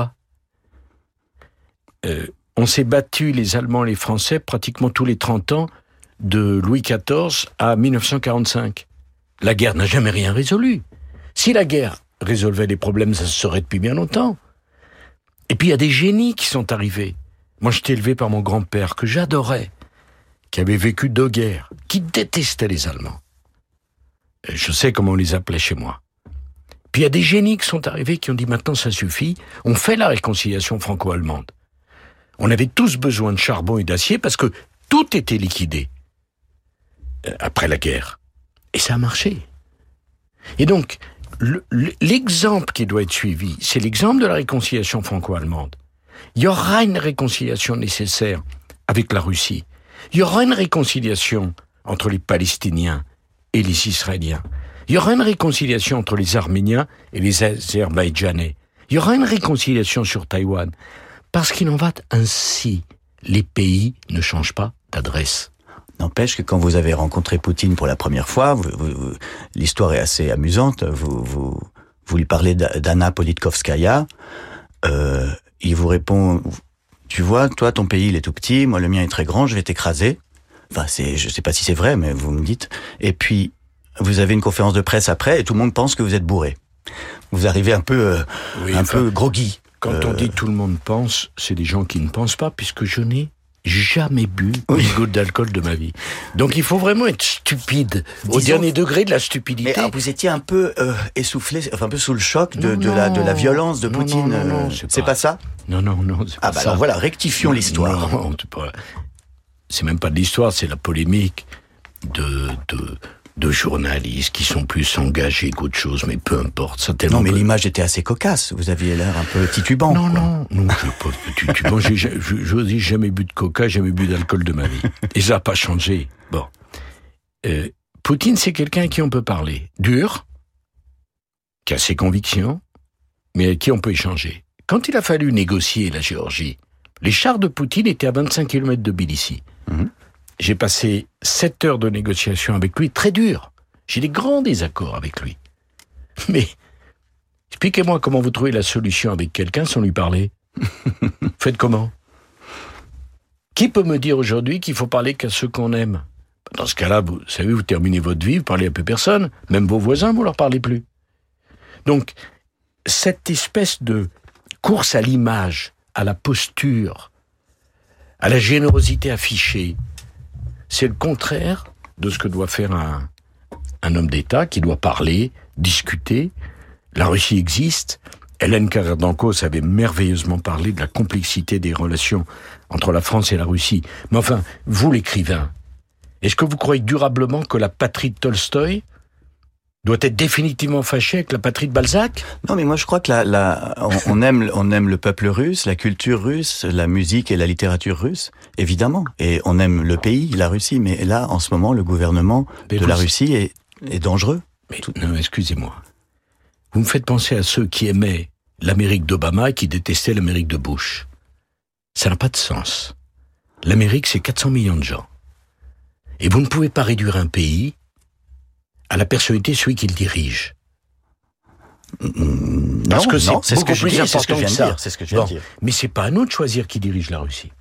euh, On s'est battu, les Allemands et les Français, pratiquement tous les trente ans, de Louis quatorze à dix-neuf cent quarante-cinq. La guerre n'a jamais rien résolu. Si la guerre résolvait les problèmes, ça se saurait depuis bien longtemps. Et puis il y a des génies qui sont arrivés. Moi, j'étais élevé par mon grand-père, que j'adorais, qui avait vécu deux guerres, qui détestait les Allemands. Et je sais comment on les appelait chez moi. Puis il y a des génies qui sont arrivés, qui ont dit maintenant ça suffit, on fait la réconciliation franco-allemande. On avait tous besoin de charbon et d'acier parce que tout était liquidé après la guerre. Et ça a marché. Et donc, le, l'exemple qui doit être suivi, c'est l'exemple de la réconciliation franco-allemande. Il y aura une réconciliation nécessaire avec la Russie. Il y aura une réconciliation entre les Palestiniens et les Israéliens. Il y aura une réconciliation entre les Arméniens et les Azerbaïdjanais. Il y aura une réconciliation sur Taïwan. Parce qu'il en va ainsi. Les pays ne changent pas d'adresse. N'empêche que quand vous avez rencontré Poutine pour la première fois, vous, vous, l'histoire est assez amusante, vous, vous, vous lui parlez d'Anna Politkovskaya, euh, il vous répond, tu vois, toi ton pays il est tout petit, moi le mien est très grand, je vais t'écraser. Enfin, c'est, je sais pas si c'est vrai, mais vous me dites. Et puis, vous avez une conférence de presse après et tout le monde pense que vous êtes bourré. Vous arrivez un peu, euh, oui, un enfin, peu groggy. Quand euh... on dit tout le monde pense, c'est des gens qui ne pensent pas, puisque je n'ai jamais bu oui. une goutte d'alcool de ma vie. Donc il faut vraiment être stupide, Disons, au dernier degré de la stupidité. Mais alors, vous étiez un peu euh, essoufflé, enfin un peu sous le choc de, non, de, la, de la violence de non, Poutine. Non, non, non, c'est, c'est pas... pas ça ? Non, non, non, c'est ah pas bah ça. Alors voilà, rectifions non, l'histoire. Non, c'est, pas... c'est même pas de l'histoire, c'est la polémique de... de... de journalistes qui sont plus engagés qu'autre chose, mais peu importe. Ça tellement non, mais peu... l'image était assez cocasse. Vous aviez l'air un peu titubant. Non, quoi. non, non, je n'ai pas titubant. j'ai, je, je dis jamais bu de coca, jamais bu d'alcool de ma vie. Et ça n'a pas changé. Bon. Euh, Poutine, c'est quelqu'un à qui on peut parler. Dur, qui a ses convictions, mais avec qui on peut échanger. Quand il a fallu négocier la Géorgie, les chars de Poutine étaient à vingt-cinq kilomètres de Tbilissi. Mmh. J'ai passé sept heures de négociation avec lui, très dur. J'ai des grands désaccords avec lui. Mais, expliquez-moi comment vous trouvez la solution avec quelqu'un sans lui parler. Faites comment ? Qui peut me dire aujourd'hui qu'il faut parler qu'à ceux qu'on aime ? Dans ce cas-là, vous savez, vous terminez votre vie, vous parlez à peu personne, même vos voisins, vous leur parlez plus. Donc, cette espèce de course à l'image, à la posture, à la générosité affichée, c'est le contraire de ce que doit faire un, un homme d'État qui doit parler, discuter. La Russie existe. Hélène Carrère-Dancos avait merveilleusement parlé de la complexité des relations entre la France et la Russie. Mais enfin, vous l'écrivain, est-ce que vous croyez durablement que la patrie de Tolstoï doit être définitivement fâchée avec la patrie de Balzac ? Non, mais moi je crois que la, la, on, on aime, on aime le peuple russe, la culture russe, la musique et la littérature russe, évidemment. Et on aime le pays, la Russie. Mais là, en ce moment, le gouvernement mais de vous, la Russie est, est dangereux. Mais non, excusez-moi. Vous me faites penser à ceux qui aimaient l'Amérique d'Obama et qui détestaient l'Amérique de Bush. Ça n'a pas de sens. L'Amérique, c'est quatre cents millions de gens. Et vous ne pouvez pas réduire un pays à la personnalité de celui qui le dirige. Non, Parce que non, c'est, c'est ce que beaucoup je plus dis, important c'est ce que je viens que de ça. dire, c'est ce que je viens Bon, de dire. mais c'est pas à nous de choisir qui dirige la Russie.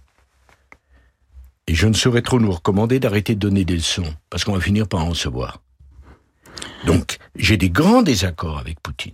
Et je ne saurais trop nous recommander d'arrêter de donner des leçons, parce qu'on va finir par en recevoir. Donc, j'ai des grands désaccords avec Poutine.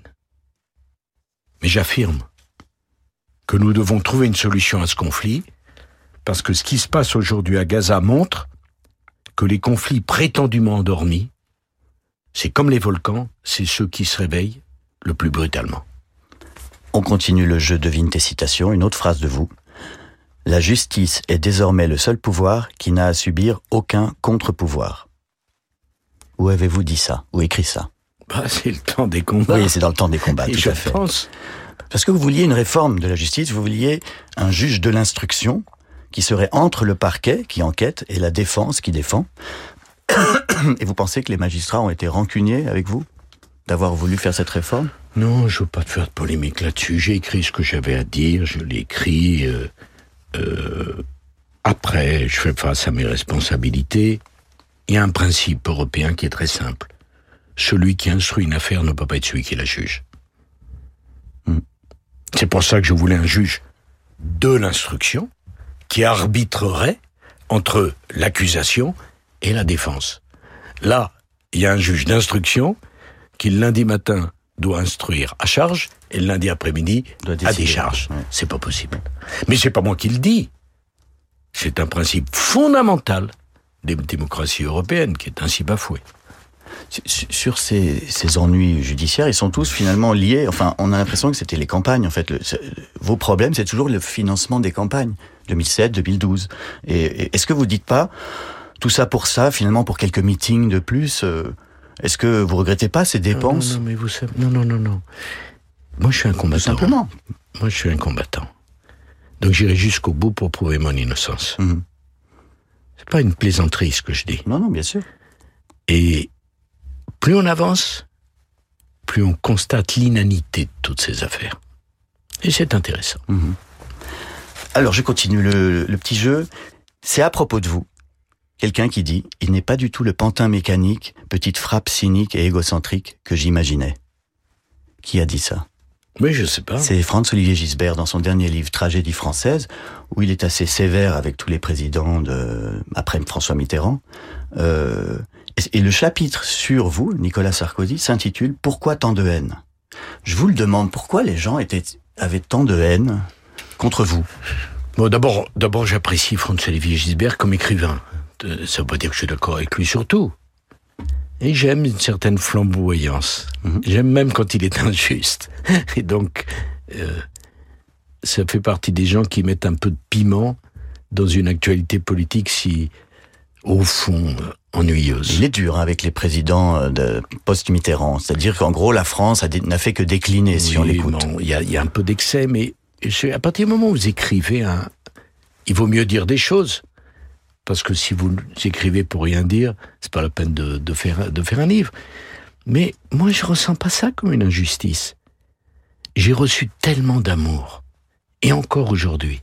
Mais j'affirme que nous devons trouver une solution à ce conflit, parce que ce qui se passe aujourd'hui à Gaza montre que les conflits prétendument endormis, c'est comme les volcans, c'est ceux qui se réveillent le plus brutalement. On continue le jeu devine tes citations. Une autre phrase de vous. La justice est désormais le seul pouvoir qui n'a à subir aucun contre-pouvoir. Où avez-vous dit ça? Où écrit ça? Bah, c'est le temps des combats. Oui, c'est dans le temps des combats, Et tout je à fait. pense... Parce que vous vouliez une réforme de la justice, vous vouliez un juge de l'instruction qui serait entre le parquet qui enquête et la défense qui défend. Et vous pensez que les magistrats ont été rancuniers avec vous d'avoir voulu faire cette réforme? Non, je veux pas te faire de polémique là-dessus. J'ai écrit ce que j'avais à dire, je l'ai écrit. Euh, euh, après, je fais face à mes responsabilités. Il y a un principe européen qui est très simple. Celui qui instruit une affaire ne peut pas être celui qui la juge. Hmm. C'est pour ça que je voulais un juge de l'instruction qui arbitrerait entre l'accusation et la défense. Là, il y a un juge d'instruction qui, le lundi matin, doit instruire à charge, et le lundi après-midi, à décharge. Ouais. C'est pas possible. Mais c'est pas moi qui le dis. C'est un principe fondamental des démocraties européennes qui est ainsi bafoué. Sur ces, ces ennuis judiciaires, ils sont tous finalement liés. Enfin, on a l'impression que c'était les campagnes. En fait, le, vos problèmes, c'est toujours le financement des campagnes, deux mille sept, deux mille douze. Et, et est-ce que vous dites pas tout ça pour ça, finalement, pour quelques meetings de plus euh, Est-ce que vous regrettez pas ces dépenses? Non, non, non, mais vous savez, non, non, non, non. Moi, je suis un combattant. Tout simplement. Moi, je suis un combattant. Donc, j'irai jusqu'au bout pour prouver mon innocence. Mmh. C'est pas une plaisanterie, ce que je dis. Non, non, bien sûr. Et plus on avance, plus on constate l'inanité de toutes ces affaires. Et c'est intéressant. Mmh. Alors, je continue le, le petit jeu. C'est à propos de vous. Quelqu'un qui dit « Il n'est pas du tout le pantin mécanique, petite frappe cynique et égocentrique que j'imaginais. » Qui a dit ça? Oui, je sais pas. C'est Franz-Olivier Gisbert dans son dernier livre « Tragédie française » où il est assez sévère avec tous les présidents de après François Mitterrand. Euh, et, et le chapitre sur vous, Nicolas Sarkozy, s'intitule « Pourquoi tant de haine ?» Je vous le demande, pourquoi les gens étaient, avaient tant de haine contre vous? Bon, d'abord, d'abord j'apprécie Franz-Olivier Gisbert comme écrivain. Ça veut pas dire que je suis d'accord avec lui sur tout. Et j'aime une certaine flamboyance. Mmh. J'aime même quand il est injuste. Et donc, euh, ça fait partie des gens qui mettent un peu de piment dans une actualité politique si, au fond, euh, ennuyeuse. Il est dur hein, avec les présidents de post-Mitterrand. C'est-à-dire qu'en gros, la France a dé- n'a fait que décliner, si oui, on l'écoute. Bon, il y a, y a un peu d'excès, mais à partir du moment où vous écrivez, un, il vaut mieux dire des choses. Parce que si vous écrivez pour rien dire, c'est pas la peine de, de, faire, de faire un livre. Mais moi, je ressens pas ça comme une injustice. J'ai reçu tellement d'amour. Et encore aujourd'hui.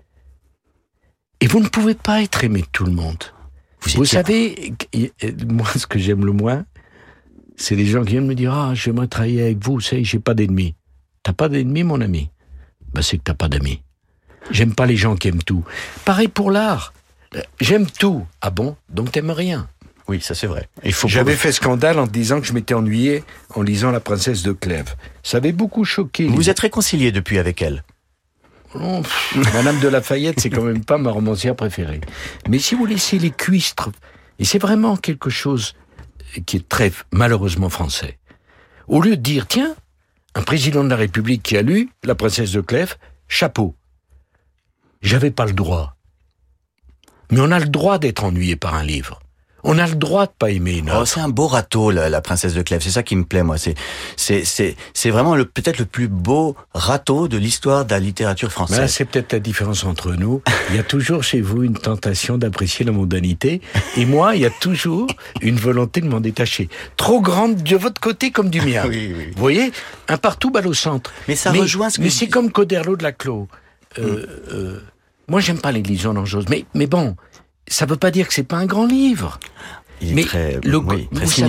Et vous ne pouvez pas être aimé de tout le monde. Vous, vous savez, moi, ce que j'aime le moins, c'est les gens qui viennent me dire « Ah, j'aimerais travailler avec vous, vous savez, j'ai pas d'ennemis. » T'as pas d'ennemis, mon ami? Ben, c'est que t'as pas d'amis. J'aime pas les gens qui aiment tout. Pareil pour l'art. J'aime tout. Ah bon? Donc t'aimes rien? Oui, ça c'est vrai. Il faut J'avais pour... fait scandale en disant que je m'étais ennuyé en lisant La Princesse de Clèves. Ça avait beaucoup choqué. Vous les... êtes réconcilié depuis avec elle? Oh, Madame de Lafayette, c'est quand même pas ma romancière préférée. Mais si vous laissez les cuistres, et c'est vraiment quelque chose qui est très malheureusement français, au lieu de dire, tiens, un président de la République qui a lu La Princesse de Clèves, chapeau. J'avais pas le droit. Mais on a le droit d'être ennuyé par un livre. On a le droit de pas aimer une œuvre. Oh, c'est un beau râteau, la, la Princesse de Clèves. C'est ça qui me plaît, moi. C'est, c'est, c'est, c'est vraiment le, peut-être le plus beau râteau de l'histoire de la littérature française. Ben, c'est peut-être la différence entre nous. Il y a toujours chez vous une tentation d'apprécier la mondanité. Et moi, il y a toujours une volonté de m'en détacher. Trop grande de votre côté comme du mien. Oui, oui. Vous voyez? Un partout balle au centre. Mais ça mais, rejoint ce que Mais je c'est dis. comme Coderlo de la Clos. Euh, mm. euh, moi, j'aime pas l'Église dangereuse. Mais, mais bon, ça veut pas dire que c'est pas un grand livre. Il est mais très, le, oui, très vous cynique. savez,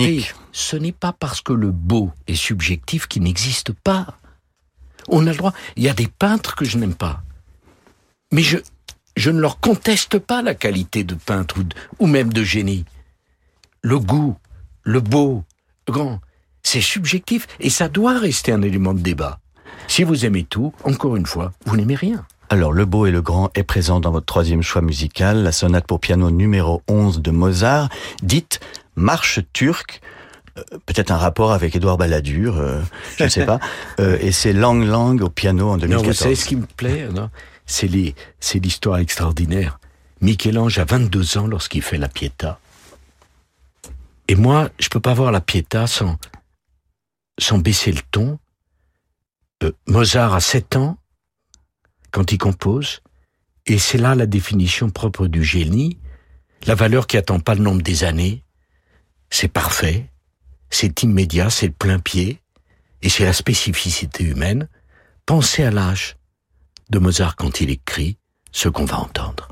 ce n'est pas parce que le beau est subjectif qu'il n'existe pas. On a le droit. Il y a des peintres que je n'aime pas. Mais je, je ne leur conteste pas la qualité de peintre ou, de, ou même de génie. Le goût, le beau, le grand, c'est subjectif et ça doit rester un élément de débat. Si vous aimez tout, encore une fois, vous n'aimez rien. Alors, le beau et le grand est présent dans votre troisième choix musical, la sonate pour piano numéro onze de Mozart, dite marche turque. Peut-être un rapport avec Édouard Balladur, euh, je ne sais pas. Euh, et c'est Lang Lang au piano en deux mille quatorze. Non, vous savez ce qui me plaît, non c'est, les, c'est l'histoire extraordinaire. Michel-Ange a vingt-deux ans lorsqu'il fait la Pietà. Et moi, je peux pas voir la Pietà sans, sans baisser le ton. Euh, Mozart a sept ans quand il compose. Et c'est là la définition propre du génie. La valeur qui attend pas le nombre des années. C'est parfait. C'est immédiat, c'est le plein pied, et c'est la spécificité humaine. Pensez à l'âge de Mozart quand il écrit ce qu'on va entendre.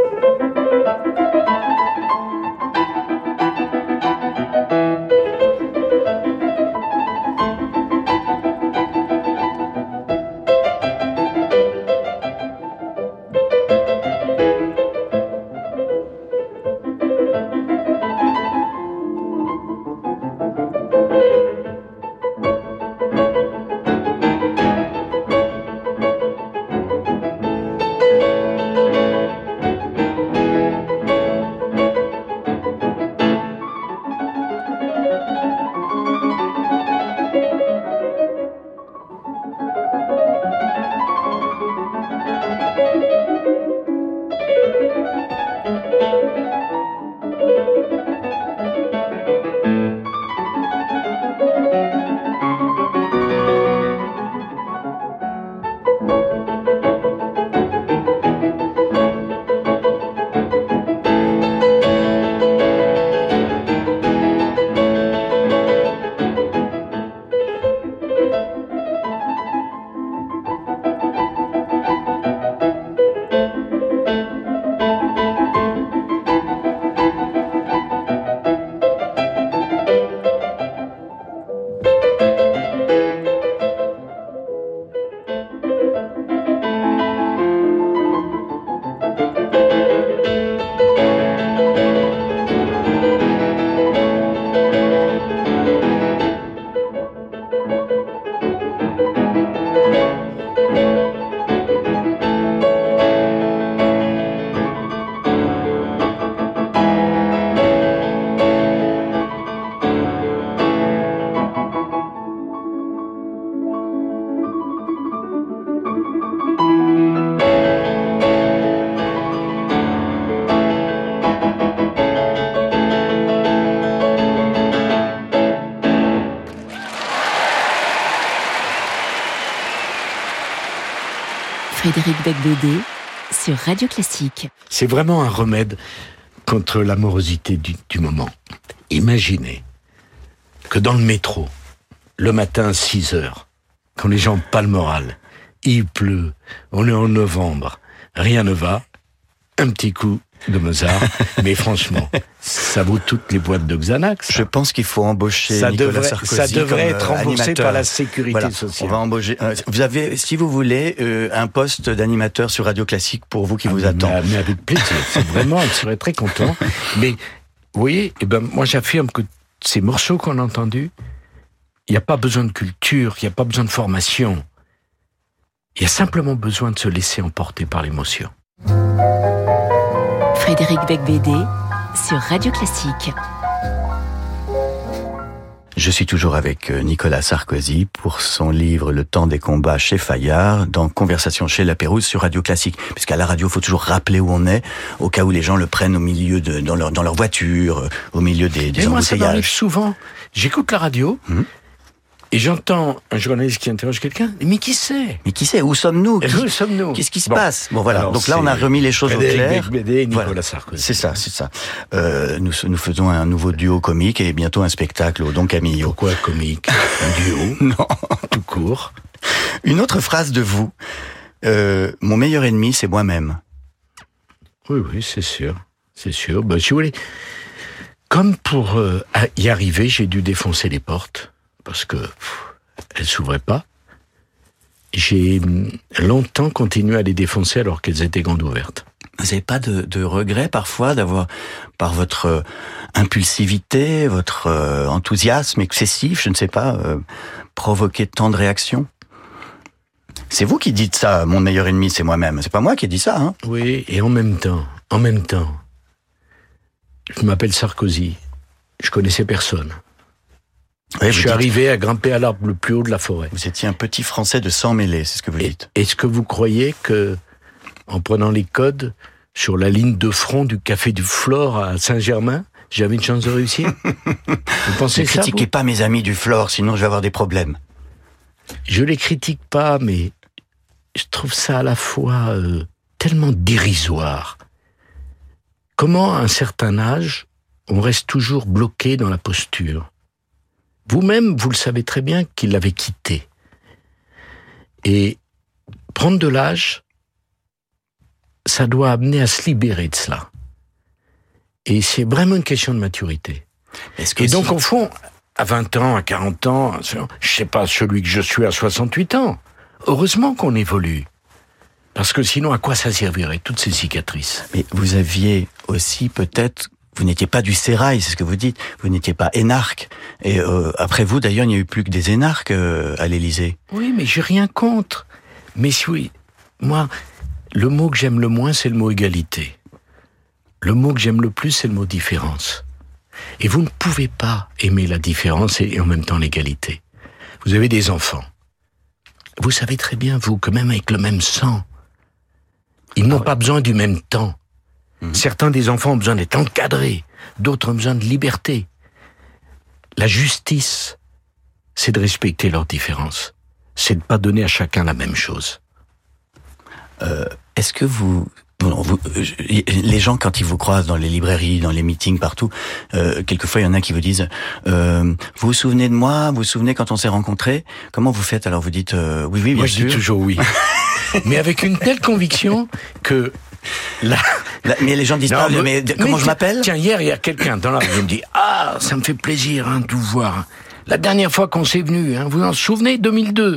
Frédéric Becbédé sur Radio Classique. C'est vraiment un remède contre l'amorosité du, du moment. Imaginez que dans le métro, le matin à six heures, quand les gens n'ont pas le moral, il pleut, on est en novembre, rien ne va, un petit coup de Mozart, mais franchement, ça vaut toutes les boîtes de Xanax. Je pense qu'il faut embaucher ça Nicolas devrait, Sarkozy ça devrait comme, être euh, remboursé animateur. par la sécurité Voilà, sociale. On va embaucher. Euh, vous avez, si vous voulez, euh, un poste d'animateur sur Radio Classique pour vous qui ah, vous mais, attend. Mais avec plaisir. C'est vraiment, je serais très content. Mais vous voyez, eh ben moi j'affirme que ces morceaux qu'on a entendus, il n'y a pas besoin de culture, il n'y a pas besoin de formation. Il y a simplement besoin de se laisser emporter par l'émotion. Frédéric Becbédé sur Radio Classique. Je suis toujours avec Nicolas Sarkozy pour son livre Le temps des combats chez Fayard, dans Conversation chez La Pérouse sur Radio Classique. Puisqu'à la radio, il faut toujours rappeler où on est, au cas où les gens le prennent au milieu de, dans leur, dans leur voiture, au milieu des, des Et moi, ça m'arrive embouteillages. souvent. J'écoute la radio, Hum. et j'entends un journaliste qui interroge quelqu'un. Mais qui c'est? Mais qui sait, où sommes-nous? Et Qui- où sommes-nous? Qu'est-ce qui se Bon. passe? Bon, voilà. Alors, Donc là, on a c'est remis les choses au Frédéric clair. Becbédé et Nicolas Voilà. Sarkozy. C'est ça, c'est ça. Euh, nous, nous faisons un nouveau duo comique et bientôt un spectacle au Don Camillo. Pourquoi comique? Un duo? Non. Tout court. Une autre phrase de vous. Euh, mon meilleur ennemi, c'est moi-même. Oui, oui, c'est sûr. C'est sûr. Ben, si vous voulez, Comme pour euh, y arriver, j'ai dû défoncer les portes, parce que pff, elles s'ouvraient pas. J'ai longtemps continué à les défoncer alors qu'elles étaient grandes ouvertes. Vous n'avez pas de, de regret parfois d'avoir, par votre euh, impulsivité, votre euh, enthousiasme excessif, je ne sais pas, euh, provoqué tant de réactions? C'est vous qui dites ça, mon meilleur ennemi, c'est moi-même. C'est pas moi qui ai dit ça, hein? Oui, et en même temps, en même temps, je m'appelle Sarkozy. Je connaissais personne. Oui, je suis dites... arrivé à grimper à l'arbre le plus haut de la forêt. Vous étiez un petit Français de sang mêlé, c'est ce que vous et, dites. Est-ce que vous croyez que, en prenant les codes sur la ligne de front du Café du Flore à Saint-Germain, j'avais une chance de réussir? Vous pensez ne ça? Ne critiquez vous pas mes amis du Flore, sinon je vais avoir des problèmes. Je les critique pas, mais je trouve ça à la fois euh, tellement dérisoire. Comment, à un certain âge, on reste toujours bloqué dans la posture? Vous-même, vous le savez très bien qu'il l'avait quitté. Et prendre de l'âge, ça doit amener à se libérer de cela. Et c'est vraiment une question de maturité. Est-ce que Et si... donc, au fond, à vingt ans, à quarante ans, je sais pas, celui que je suis à soixante-huit ans, heureusement qu'on évolue. Parce que sinon, à quoi ça servirait, toutes ces cicatrices? Mais vous aviez aussi peut-être... Vous n'étiez pas du sérail, c'est ce que vous dites. Vous n'étiez pas énarque. Et euh, après vous, d'ailleurs, il n'y a eu plus que des énarques euh, à l'Élysée. Oui, mais j'ai rien contre. Mais oui, moi, le mot que j'aime le moins, c'est le mot égalité. Le mot que j'aime le plus, c'est le mot différence. Et vous ne pouvez pas aimer la différence et en même temps l'égalité. Vous avez des enfants. Vous savez très bien, vous, que même avec le même sang, ils n'ont ah ouais. pas besoin du même temps. Mmh. Certains des enfants ont besoin d'être encadrés, d'autres ont besoin de liberté. La justice, c'est de respecter leurs différences. C'est de ne pas donner à chacun la même chose. Euh, est-ce que vous... Bon, vous, les gens, quand ils vous croisent dans les librairies, dans les meetings, partout, euh, quelquefois, il y en a qui vous disent euh, « Vous vous souvenez de moi? Vous vous souvenez quand on s'est rencontrés ?» Comment vous faites? Alors vous dites euh, « Oui, oui, bien moi, sûr. » Moi, je dis toujours oui. Mais avec une telle conviction que... Là, là, mais les gens disent non, pas, mais, mais comment mais, je m'appelle? Tiens, hier, il y a quelqu'un dans la rue qui me dit « Ah, ça me fait plaisir hein, de vous voir. La dernière fois qu'on s'est venu, hein, vous en souvenez, deux mille deux ?»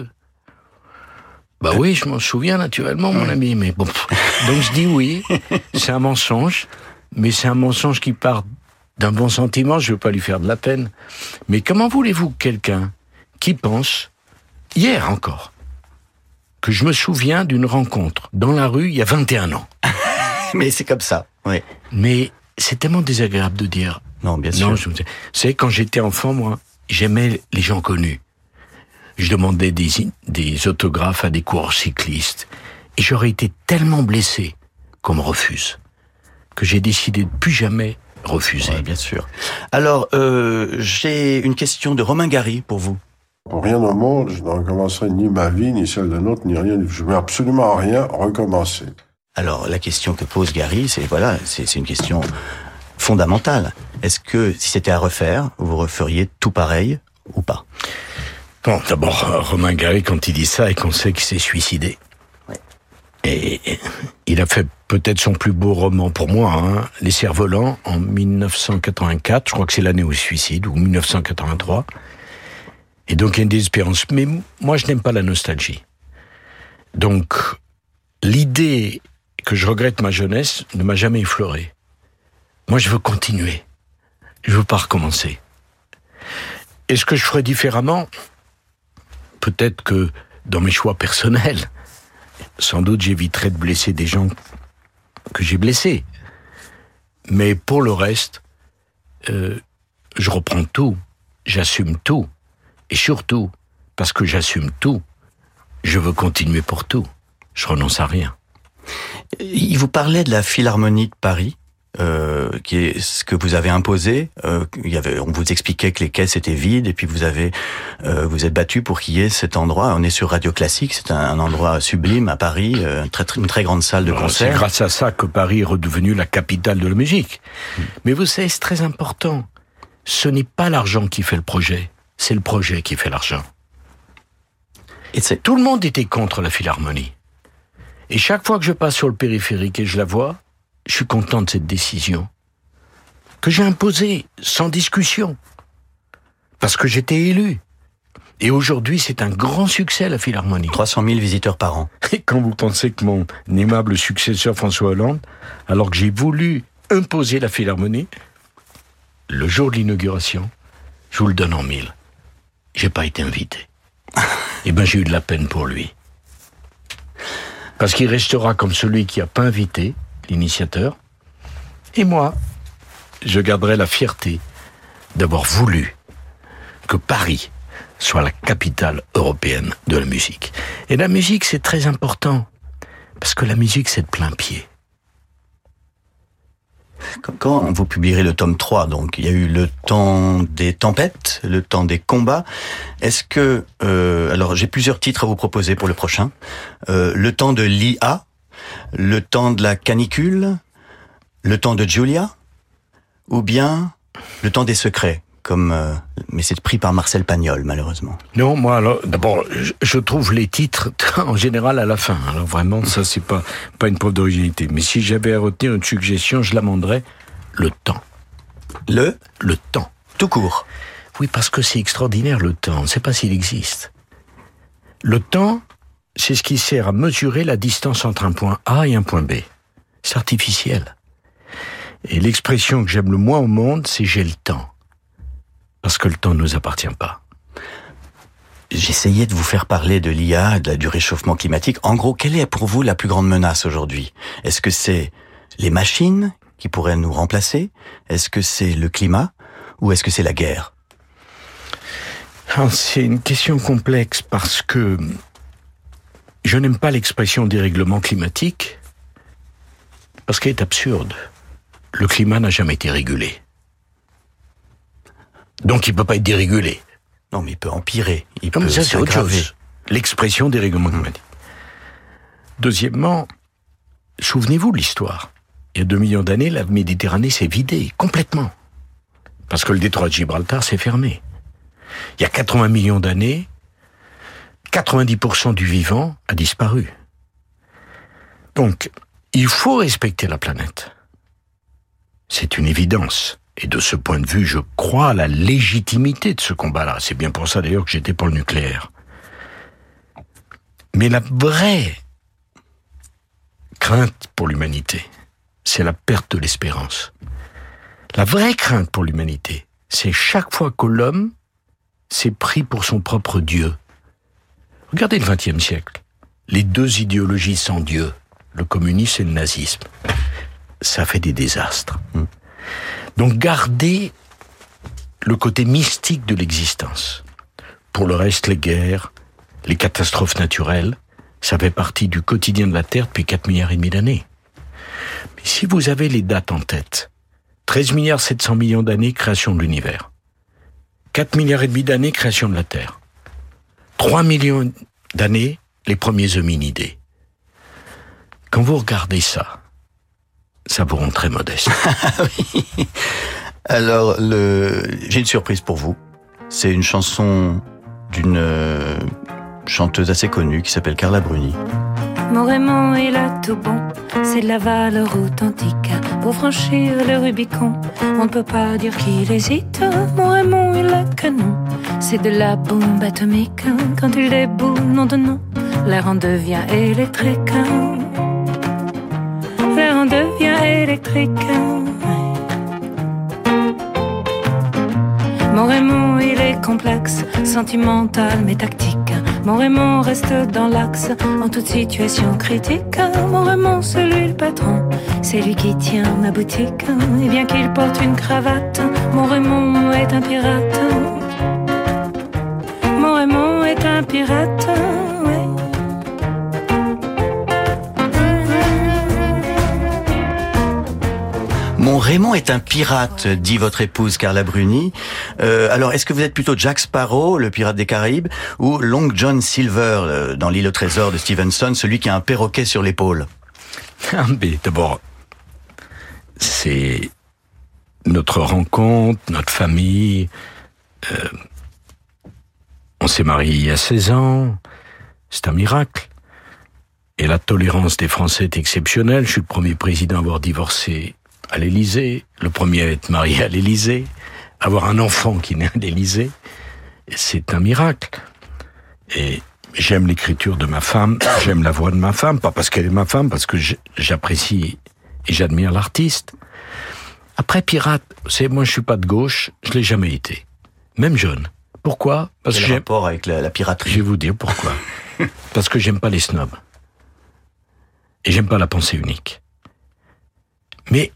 Bah oui, je m'en souviens naturellement, mon oui. ami, mais bon. Donc je dis oui, c'est un mensonge, mais c'est un mensonge qui part d'un bon sentiment, je veux pas lui faire de la peine. Mais comment voulez-vous que quelqu'un qui pense, hier encore, que je me souviens d'une rencontre dans la rue il y a vingt et un ans? Mais c'est comme ça, oui. Mais c'est tellement désagréable de dire. Non, bien sûr. Non, je... C'est quand j'étais enfant, moi, j'aimais les gens connus. Je demandais des, des autographes à des coureurs cyclistes. Et j'aurais été tellement blessé qu'on me refuse, que j'ai décidé de plus jamais refuser. Ouais, bien sûr. Alors, euh, j'ai une question de Romain Gary pour vous. Pour rien au monde, je ne recommencerai ni ma vie, ni celle d'un autre, ni rien. Je ne veux absolument rien recommencer. Alors, la question que pose Gary, c'est voilà, c'est, c'est une question fondamentale. Est-ce que, si c'était à refaire, vous referiez tout pareil ou pas? Bon, d'abord, Romain Gary, quand il dit ça et qu'on sait qu'il s'est suicidé, ouais. et, et il a fait peut-être son plus beau roman pour moi, hein, Les Cerfs-Volants, en dix-neuf cent quatre-vingt-quatre, je crois que c'est l'année où il se suicide, ou dix-neuf cent quatre-vingt-trois, et donc il y a une désespérance. Mais moi, je n'aime pas la nostalgie. Donc, l'idée que je regrette ma jeunesse ne m'a jamais effleuré. Moi, je veux continuer. Je veux pas recommencer. Et ce que je ferais différemment, peut-être que dans mes choix personnels, sans doute j'éviterais de blesser des gens que j'ai blessés. Mais pour le reste, euh, je reprends tout, j'assume tout. Et surtout, parce que j'assume tout, je veux continuer pour tout. Je renonce à rien. Il vous parlait de la Philharmonie de Paris. Euh, qui est ce que vous avez imposé. Euh, il y avait, on vous expliquait que les caisses étaient vides et puis vous avez, euh, vous êtes battu pour qu'il y ait cet endroit. On est sur Radio Classique, c'est un, un endroit sublime à Paris, euh, très, très, une très grande salle de concert. C'est grâce à ça que Paris est redevenu la capitale de la musique. Mmh. Mais vous savez, c'est très important. Ce n'est pas l'argent qui fait le projet, c'est le projet qui fait l'argent. Et c'est... Tout le monde était contre la Philharmonie. Et chaque fois que je passe sur le périphérique et je la vois, je suis content de cette décision. que j'ai imposé sans discussion, parce que j'étais élu. Et aujourd'hui, c'est un grand succès, la Philharmonie. trois cent mille visiteurs par an. Et quand vous pensez que mon aimable successeur François Hollande, alors que j'ai voulu imposer la Philharmonie, le jour de l'inauguration, je vous le donne en mille, j'ai pas été invité. Eh ben, j'ai eu de la peine pour lui. Parce qu'il restera comme celui qui a pas invité l'initiateur. Et moi, je garderai la fierté d'avoir voulu que Paris soit la capitale européenne de la musique. Et la musique, c'est très important, parce que la musique, c'est de plein pied. Quand vous publierez le tome trois, donc, il y a eu le temps des tempêtes, le temps des combats. Est-ce que... Euh, alors, j'ai plusieurs titres à vous proposer pour le prochain. Euh, le temps de l'I A, le temps de la canicule, le temps de Julia, ou bien le temps des secrets, comme... Euh, mais c'est pris par Marcel Pagnol, malheureusement. Non, moi, alors, d'abord, je, je trouve les titres, en général, à la fin. Alors, vraiment, ça, c'est pas, pas une preuve d'originalité. Mais si j'avais à retenir une suggestion, je l'amenderais le temps. Le Le temps. Tout court. Oui, parce que c'est extraordinaire, le temps. On ne sait pas s'il existe. Le temps, c'est ce qui sert à mesurer la distance entre un point A et un point B. C'est artificiel. Et l'expression que j'aime le moins au monde, c'est « j'ai le temps ». Parce que le temps ne nous appartient pas. J'essayais de vous faire parler de l'I A, de la, du réchauffement climatique. En gros, quelle est pour vous la plus grande menace aujourd'hui? Est-ce que c'est les machines qui pourraient nous remplacer? Est-ce que c'est le climat? Ou est-ce que c'est la guerre? Alors, c'est une question complexe parce que je n'aime pas l'expression dérèglement climatique parce qu'elle est absurde. Le climat n'a jamais été régulé. Donc il peut pas être dérégulé. Non, mais il peut empirer. Il non, peut mais ça, c'est autre s'aggraver. chose. L'expression dérèglement climatique. Deuxièmement, souvenez-vous de l'histoire. Il y a deux millions d'années, la Méditerranée s'est vidée, complètement. Parce que le détroit de Gibraltar s'est fermé. Il y a quatre-vingts millions d'années, quatre-vingt-dix pour cent du vivant a disparu. Donc, il faut respecter la planète. C'est une évidence. Et de ce point de vue, je crois à la légitimité de ce combat-là. C'est bien pour ça d'ailleurs que j'étais pour le nucléaire. Mais la vraie crainte pour l'humanité, c'est la perte de l'espérance. La vraie crainte pour l'humanité, c'est chaque fois que l'homme s'est pris pour son propre Dieu. Regardez le vingtième siècle. Les deux idéologies sans Dieu, le communisme et le nazisme, ça fait des désastres. Mmh. Donc gardez le côté mystique de l'existence. Pour le reste, les guerres, les catastrophes naturelles, ça fait partie du quotidien de la Terre depuis quatre milliards et demi d'années. Mais si vous avez les dates en tête, treize milliards sept cents millions d'années, création de l'univers. quatre milliards et demi d'années, création de la Terre. trois millions d'années, les premiers hominidés. Quand vous regardez ça, ça vous rend très modeste. Oui. Alors, le... j'ai une surprise pour vous. C'est une chanson d'une euh, chanteuse assez connue qui s'appelle Carla Bruni. Mon Raymond, il a tout bon, c'est de la valeur authentique. Pour franchir le Rubicon, on ne peut pas dire qu'il hésite. Mon Raymond, il a canon, c'est de la bombe atomique. Quand il déboule, nom de nom, l'air en devient électrique. L'air en devient électrique. Mon Raymond, il est complexe, sentimental mais tactique. Mon Raymond reste dans l'axe en toute situation critique. Mon Raymond, c'est lui le patron, c'est lui qui tient ma boutique. Et bien qu'il porte une cravate, mon Raymond est un pirate. Mon Raymond est un pirate, ouais. Mon Raymond est un pirate, dit votre épouse Carla Bruni. Euh, alors, est-ce que vous êtes plutôt Jack Sparrow, le pirate des Caraïbes, ou Long John Silver, euh, dans l'île au trésor de Stevenson, celui qui a un perroquet sur l'épaule? Ah, mais d'abord, c'est notre rencontre, notre famille. Euh, on s'est mariés il y a seize ans. C'est un miracle. Et la tolérance des Français est exceptionnelle. Je suis le premier président à avoir divorcé à l'Élysée, le premier à être marié à l'Élysée, avoir un enfant qui naît à l'Élysée, c'est un miracle. Et j'aime l'écriture de ma femme, j'aime la voix de ma femme, pas parce qu'elle est ma femme, parce que j'apprécie et j'admire l'artiste. Après, pirate, c'est moi je suis pas de gauche, je l'ai jamais été. Même jeune. Pourquoi? Parce Quel que rapport avec la, la piraterie? Je vais vous dire pourquoi. Parce que j'aime pas les snobs. Et j'aime pas la pensée unique. Mais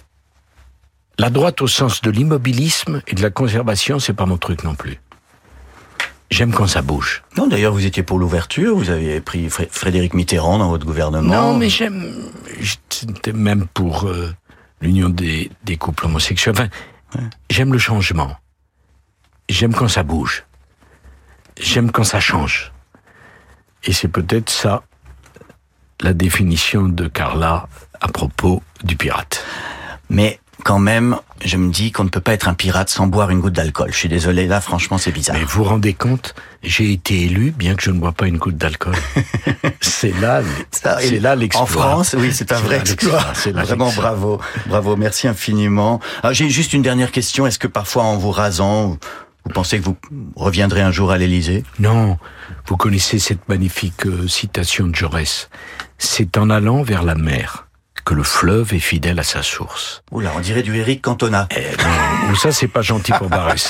la droite au sens de l'immobilisme et de la conservation, c'est pas mon truc non plus. J'aime quand ça bouge. Non, d'ailleurs, vous étiez pour l'ouverture, vous aviez pris Fr- Frédéric Mitterrand dans votre gouvernement. Non, mais j'aime... J'étais même pour euh, l'union des, des couples homosexuels. Enfin, ouais. J'aime le changement. J'aime quand ça bouge. J'aime quand ça change. Et c'est peut-être ça, la définition de Carla à propos du pirate. Mais quand même, je me dis qu'on ne peut pas être un pirate sans boire une goutte d'alcool. Je suis désolé, là, franchement, c'est bizarre. Mais vous vous rendez compte, j'ai été élu, bien que je ne bois pas une goutte d'alcool. c'est là, Ça, c'est là l'exploit. En France, oui, c'est un vrai exploit. C'est vraiment l'exploit. bravo, bravo, merci infiniment. Alors, j'ai juste une dernière question. Est-ce que parfois, en vous rasant, vous pensez que vous reviendrez un jour à l'Élysée? Non. Vous connaissez cette magnifique euh, citation de Jaurès. C'est en allant vers la mer que le fleuve est fidèle à sa source. Oula, on dirait du Éric Cantona. Eh non, ça c'est pas gentil pour Barrès.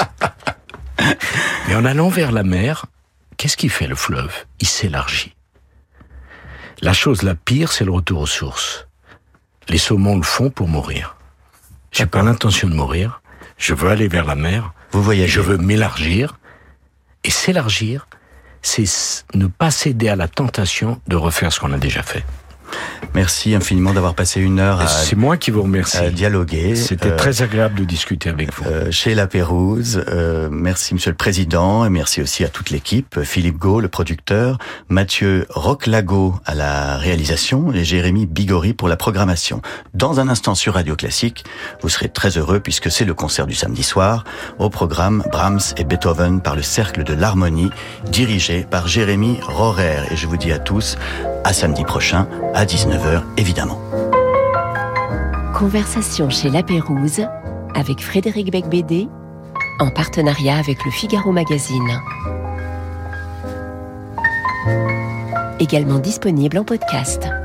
Mais en allant vers la mer, qu'est-ce qui fait le fleuve? Il s'élargit. La chose la pire, c'est le retour aux sources. Les saumons le font pour mourir. J'ai pas l'intention de mourir. Je veux aller vers la mer. Vous voyagez. Je veux m'élargir. Et s'élargir, c'est ne pas céder à la tentation de refaire ce qu'on a déjà fait. Merci infiniment d'avoir passé une heure à... C'est moi qui vous remercie. À dialoguer. C'était euh, très agréable de discuter avec vous. Euh, chez La Pérouse. Euh, merci Monsieur le Président et merci aussi à toute l'équipe. Philippe Gau, le producteur, Mathieu Roclago à la réalisation et Jérémy Bigori pour la programmation. Dans un instant sur Radio Classique, vous serez très heureux puisque c'est le concert du samedi soir. Au programme, Brahms et Beethoven par le Cercle de l'Harmonie, dirigé par Jérémy Rohrer. Et je vous dis à tous, à samedi prochain, à dix-neuf heures, évidemment. Conversation chez La Pérouse avec Frédéric Becbédé en partenariat avec le Figaro Magazine. Également disponible en podcast.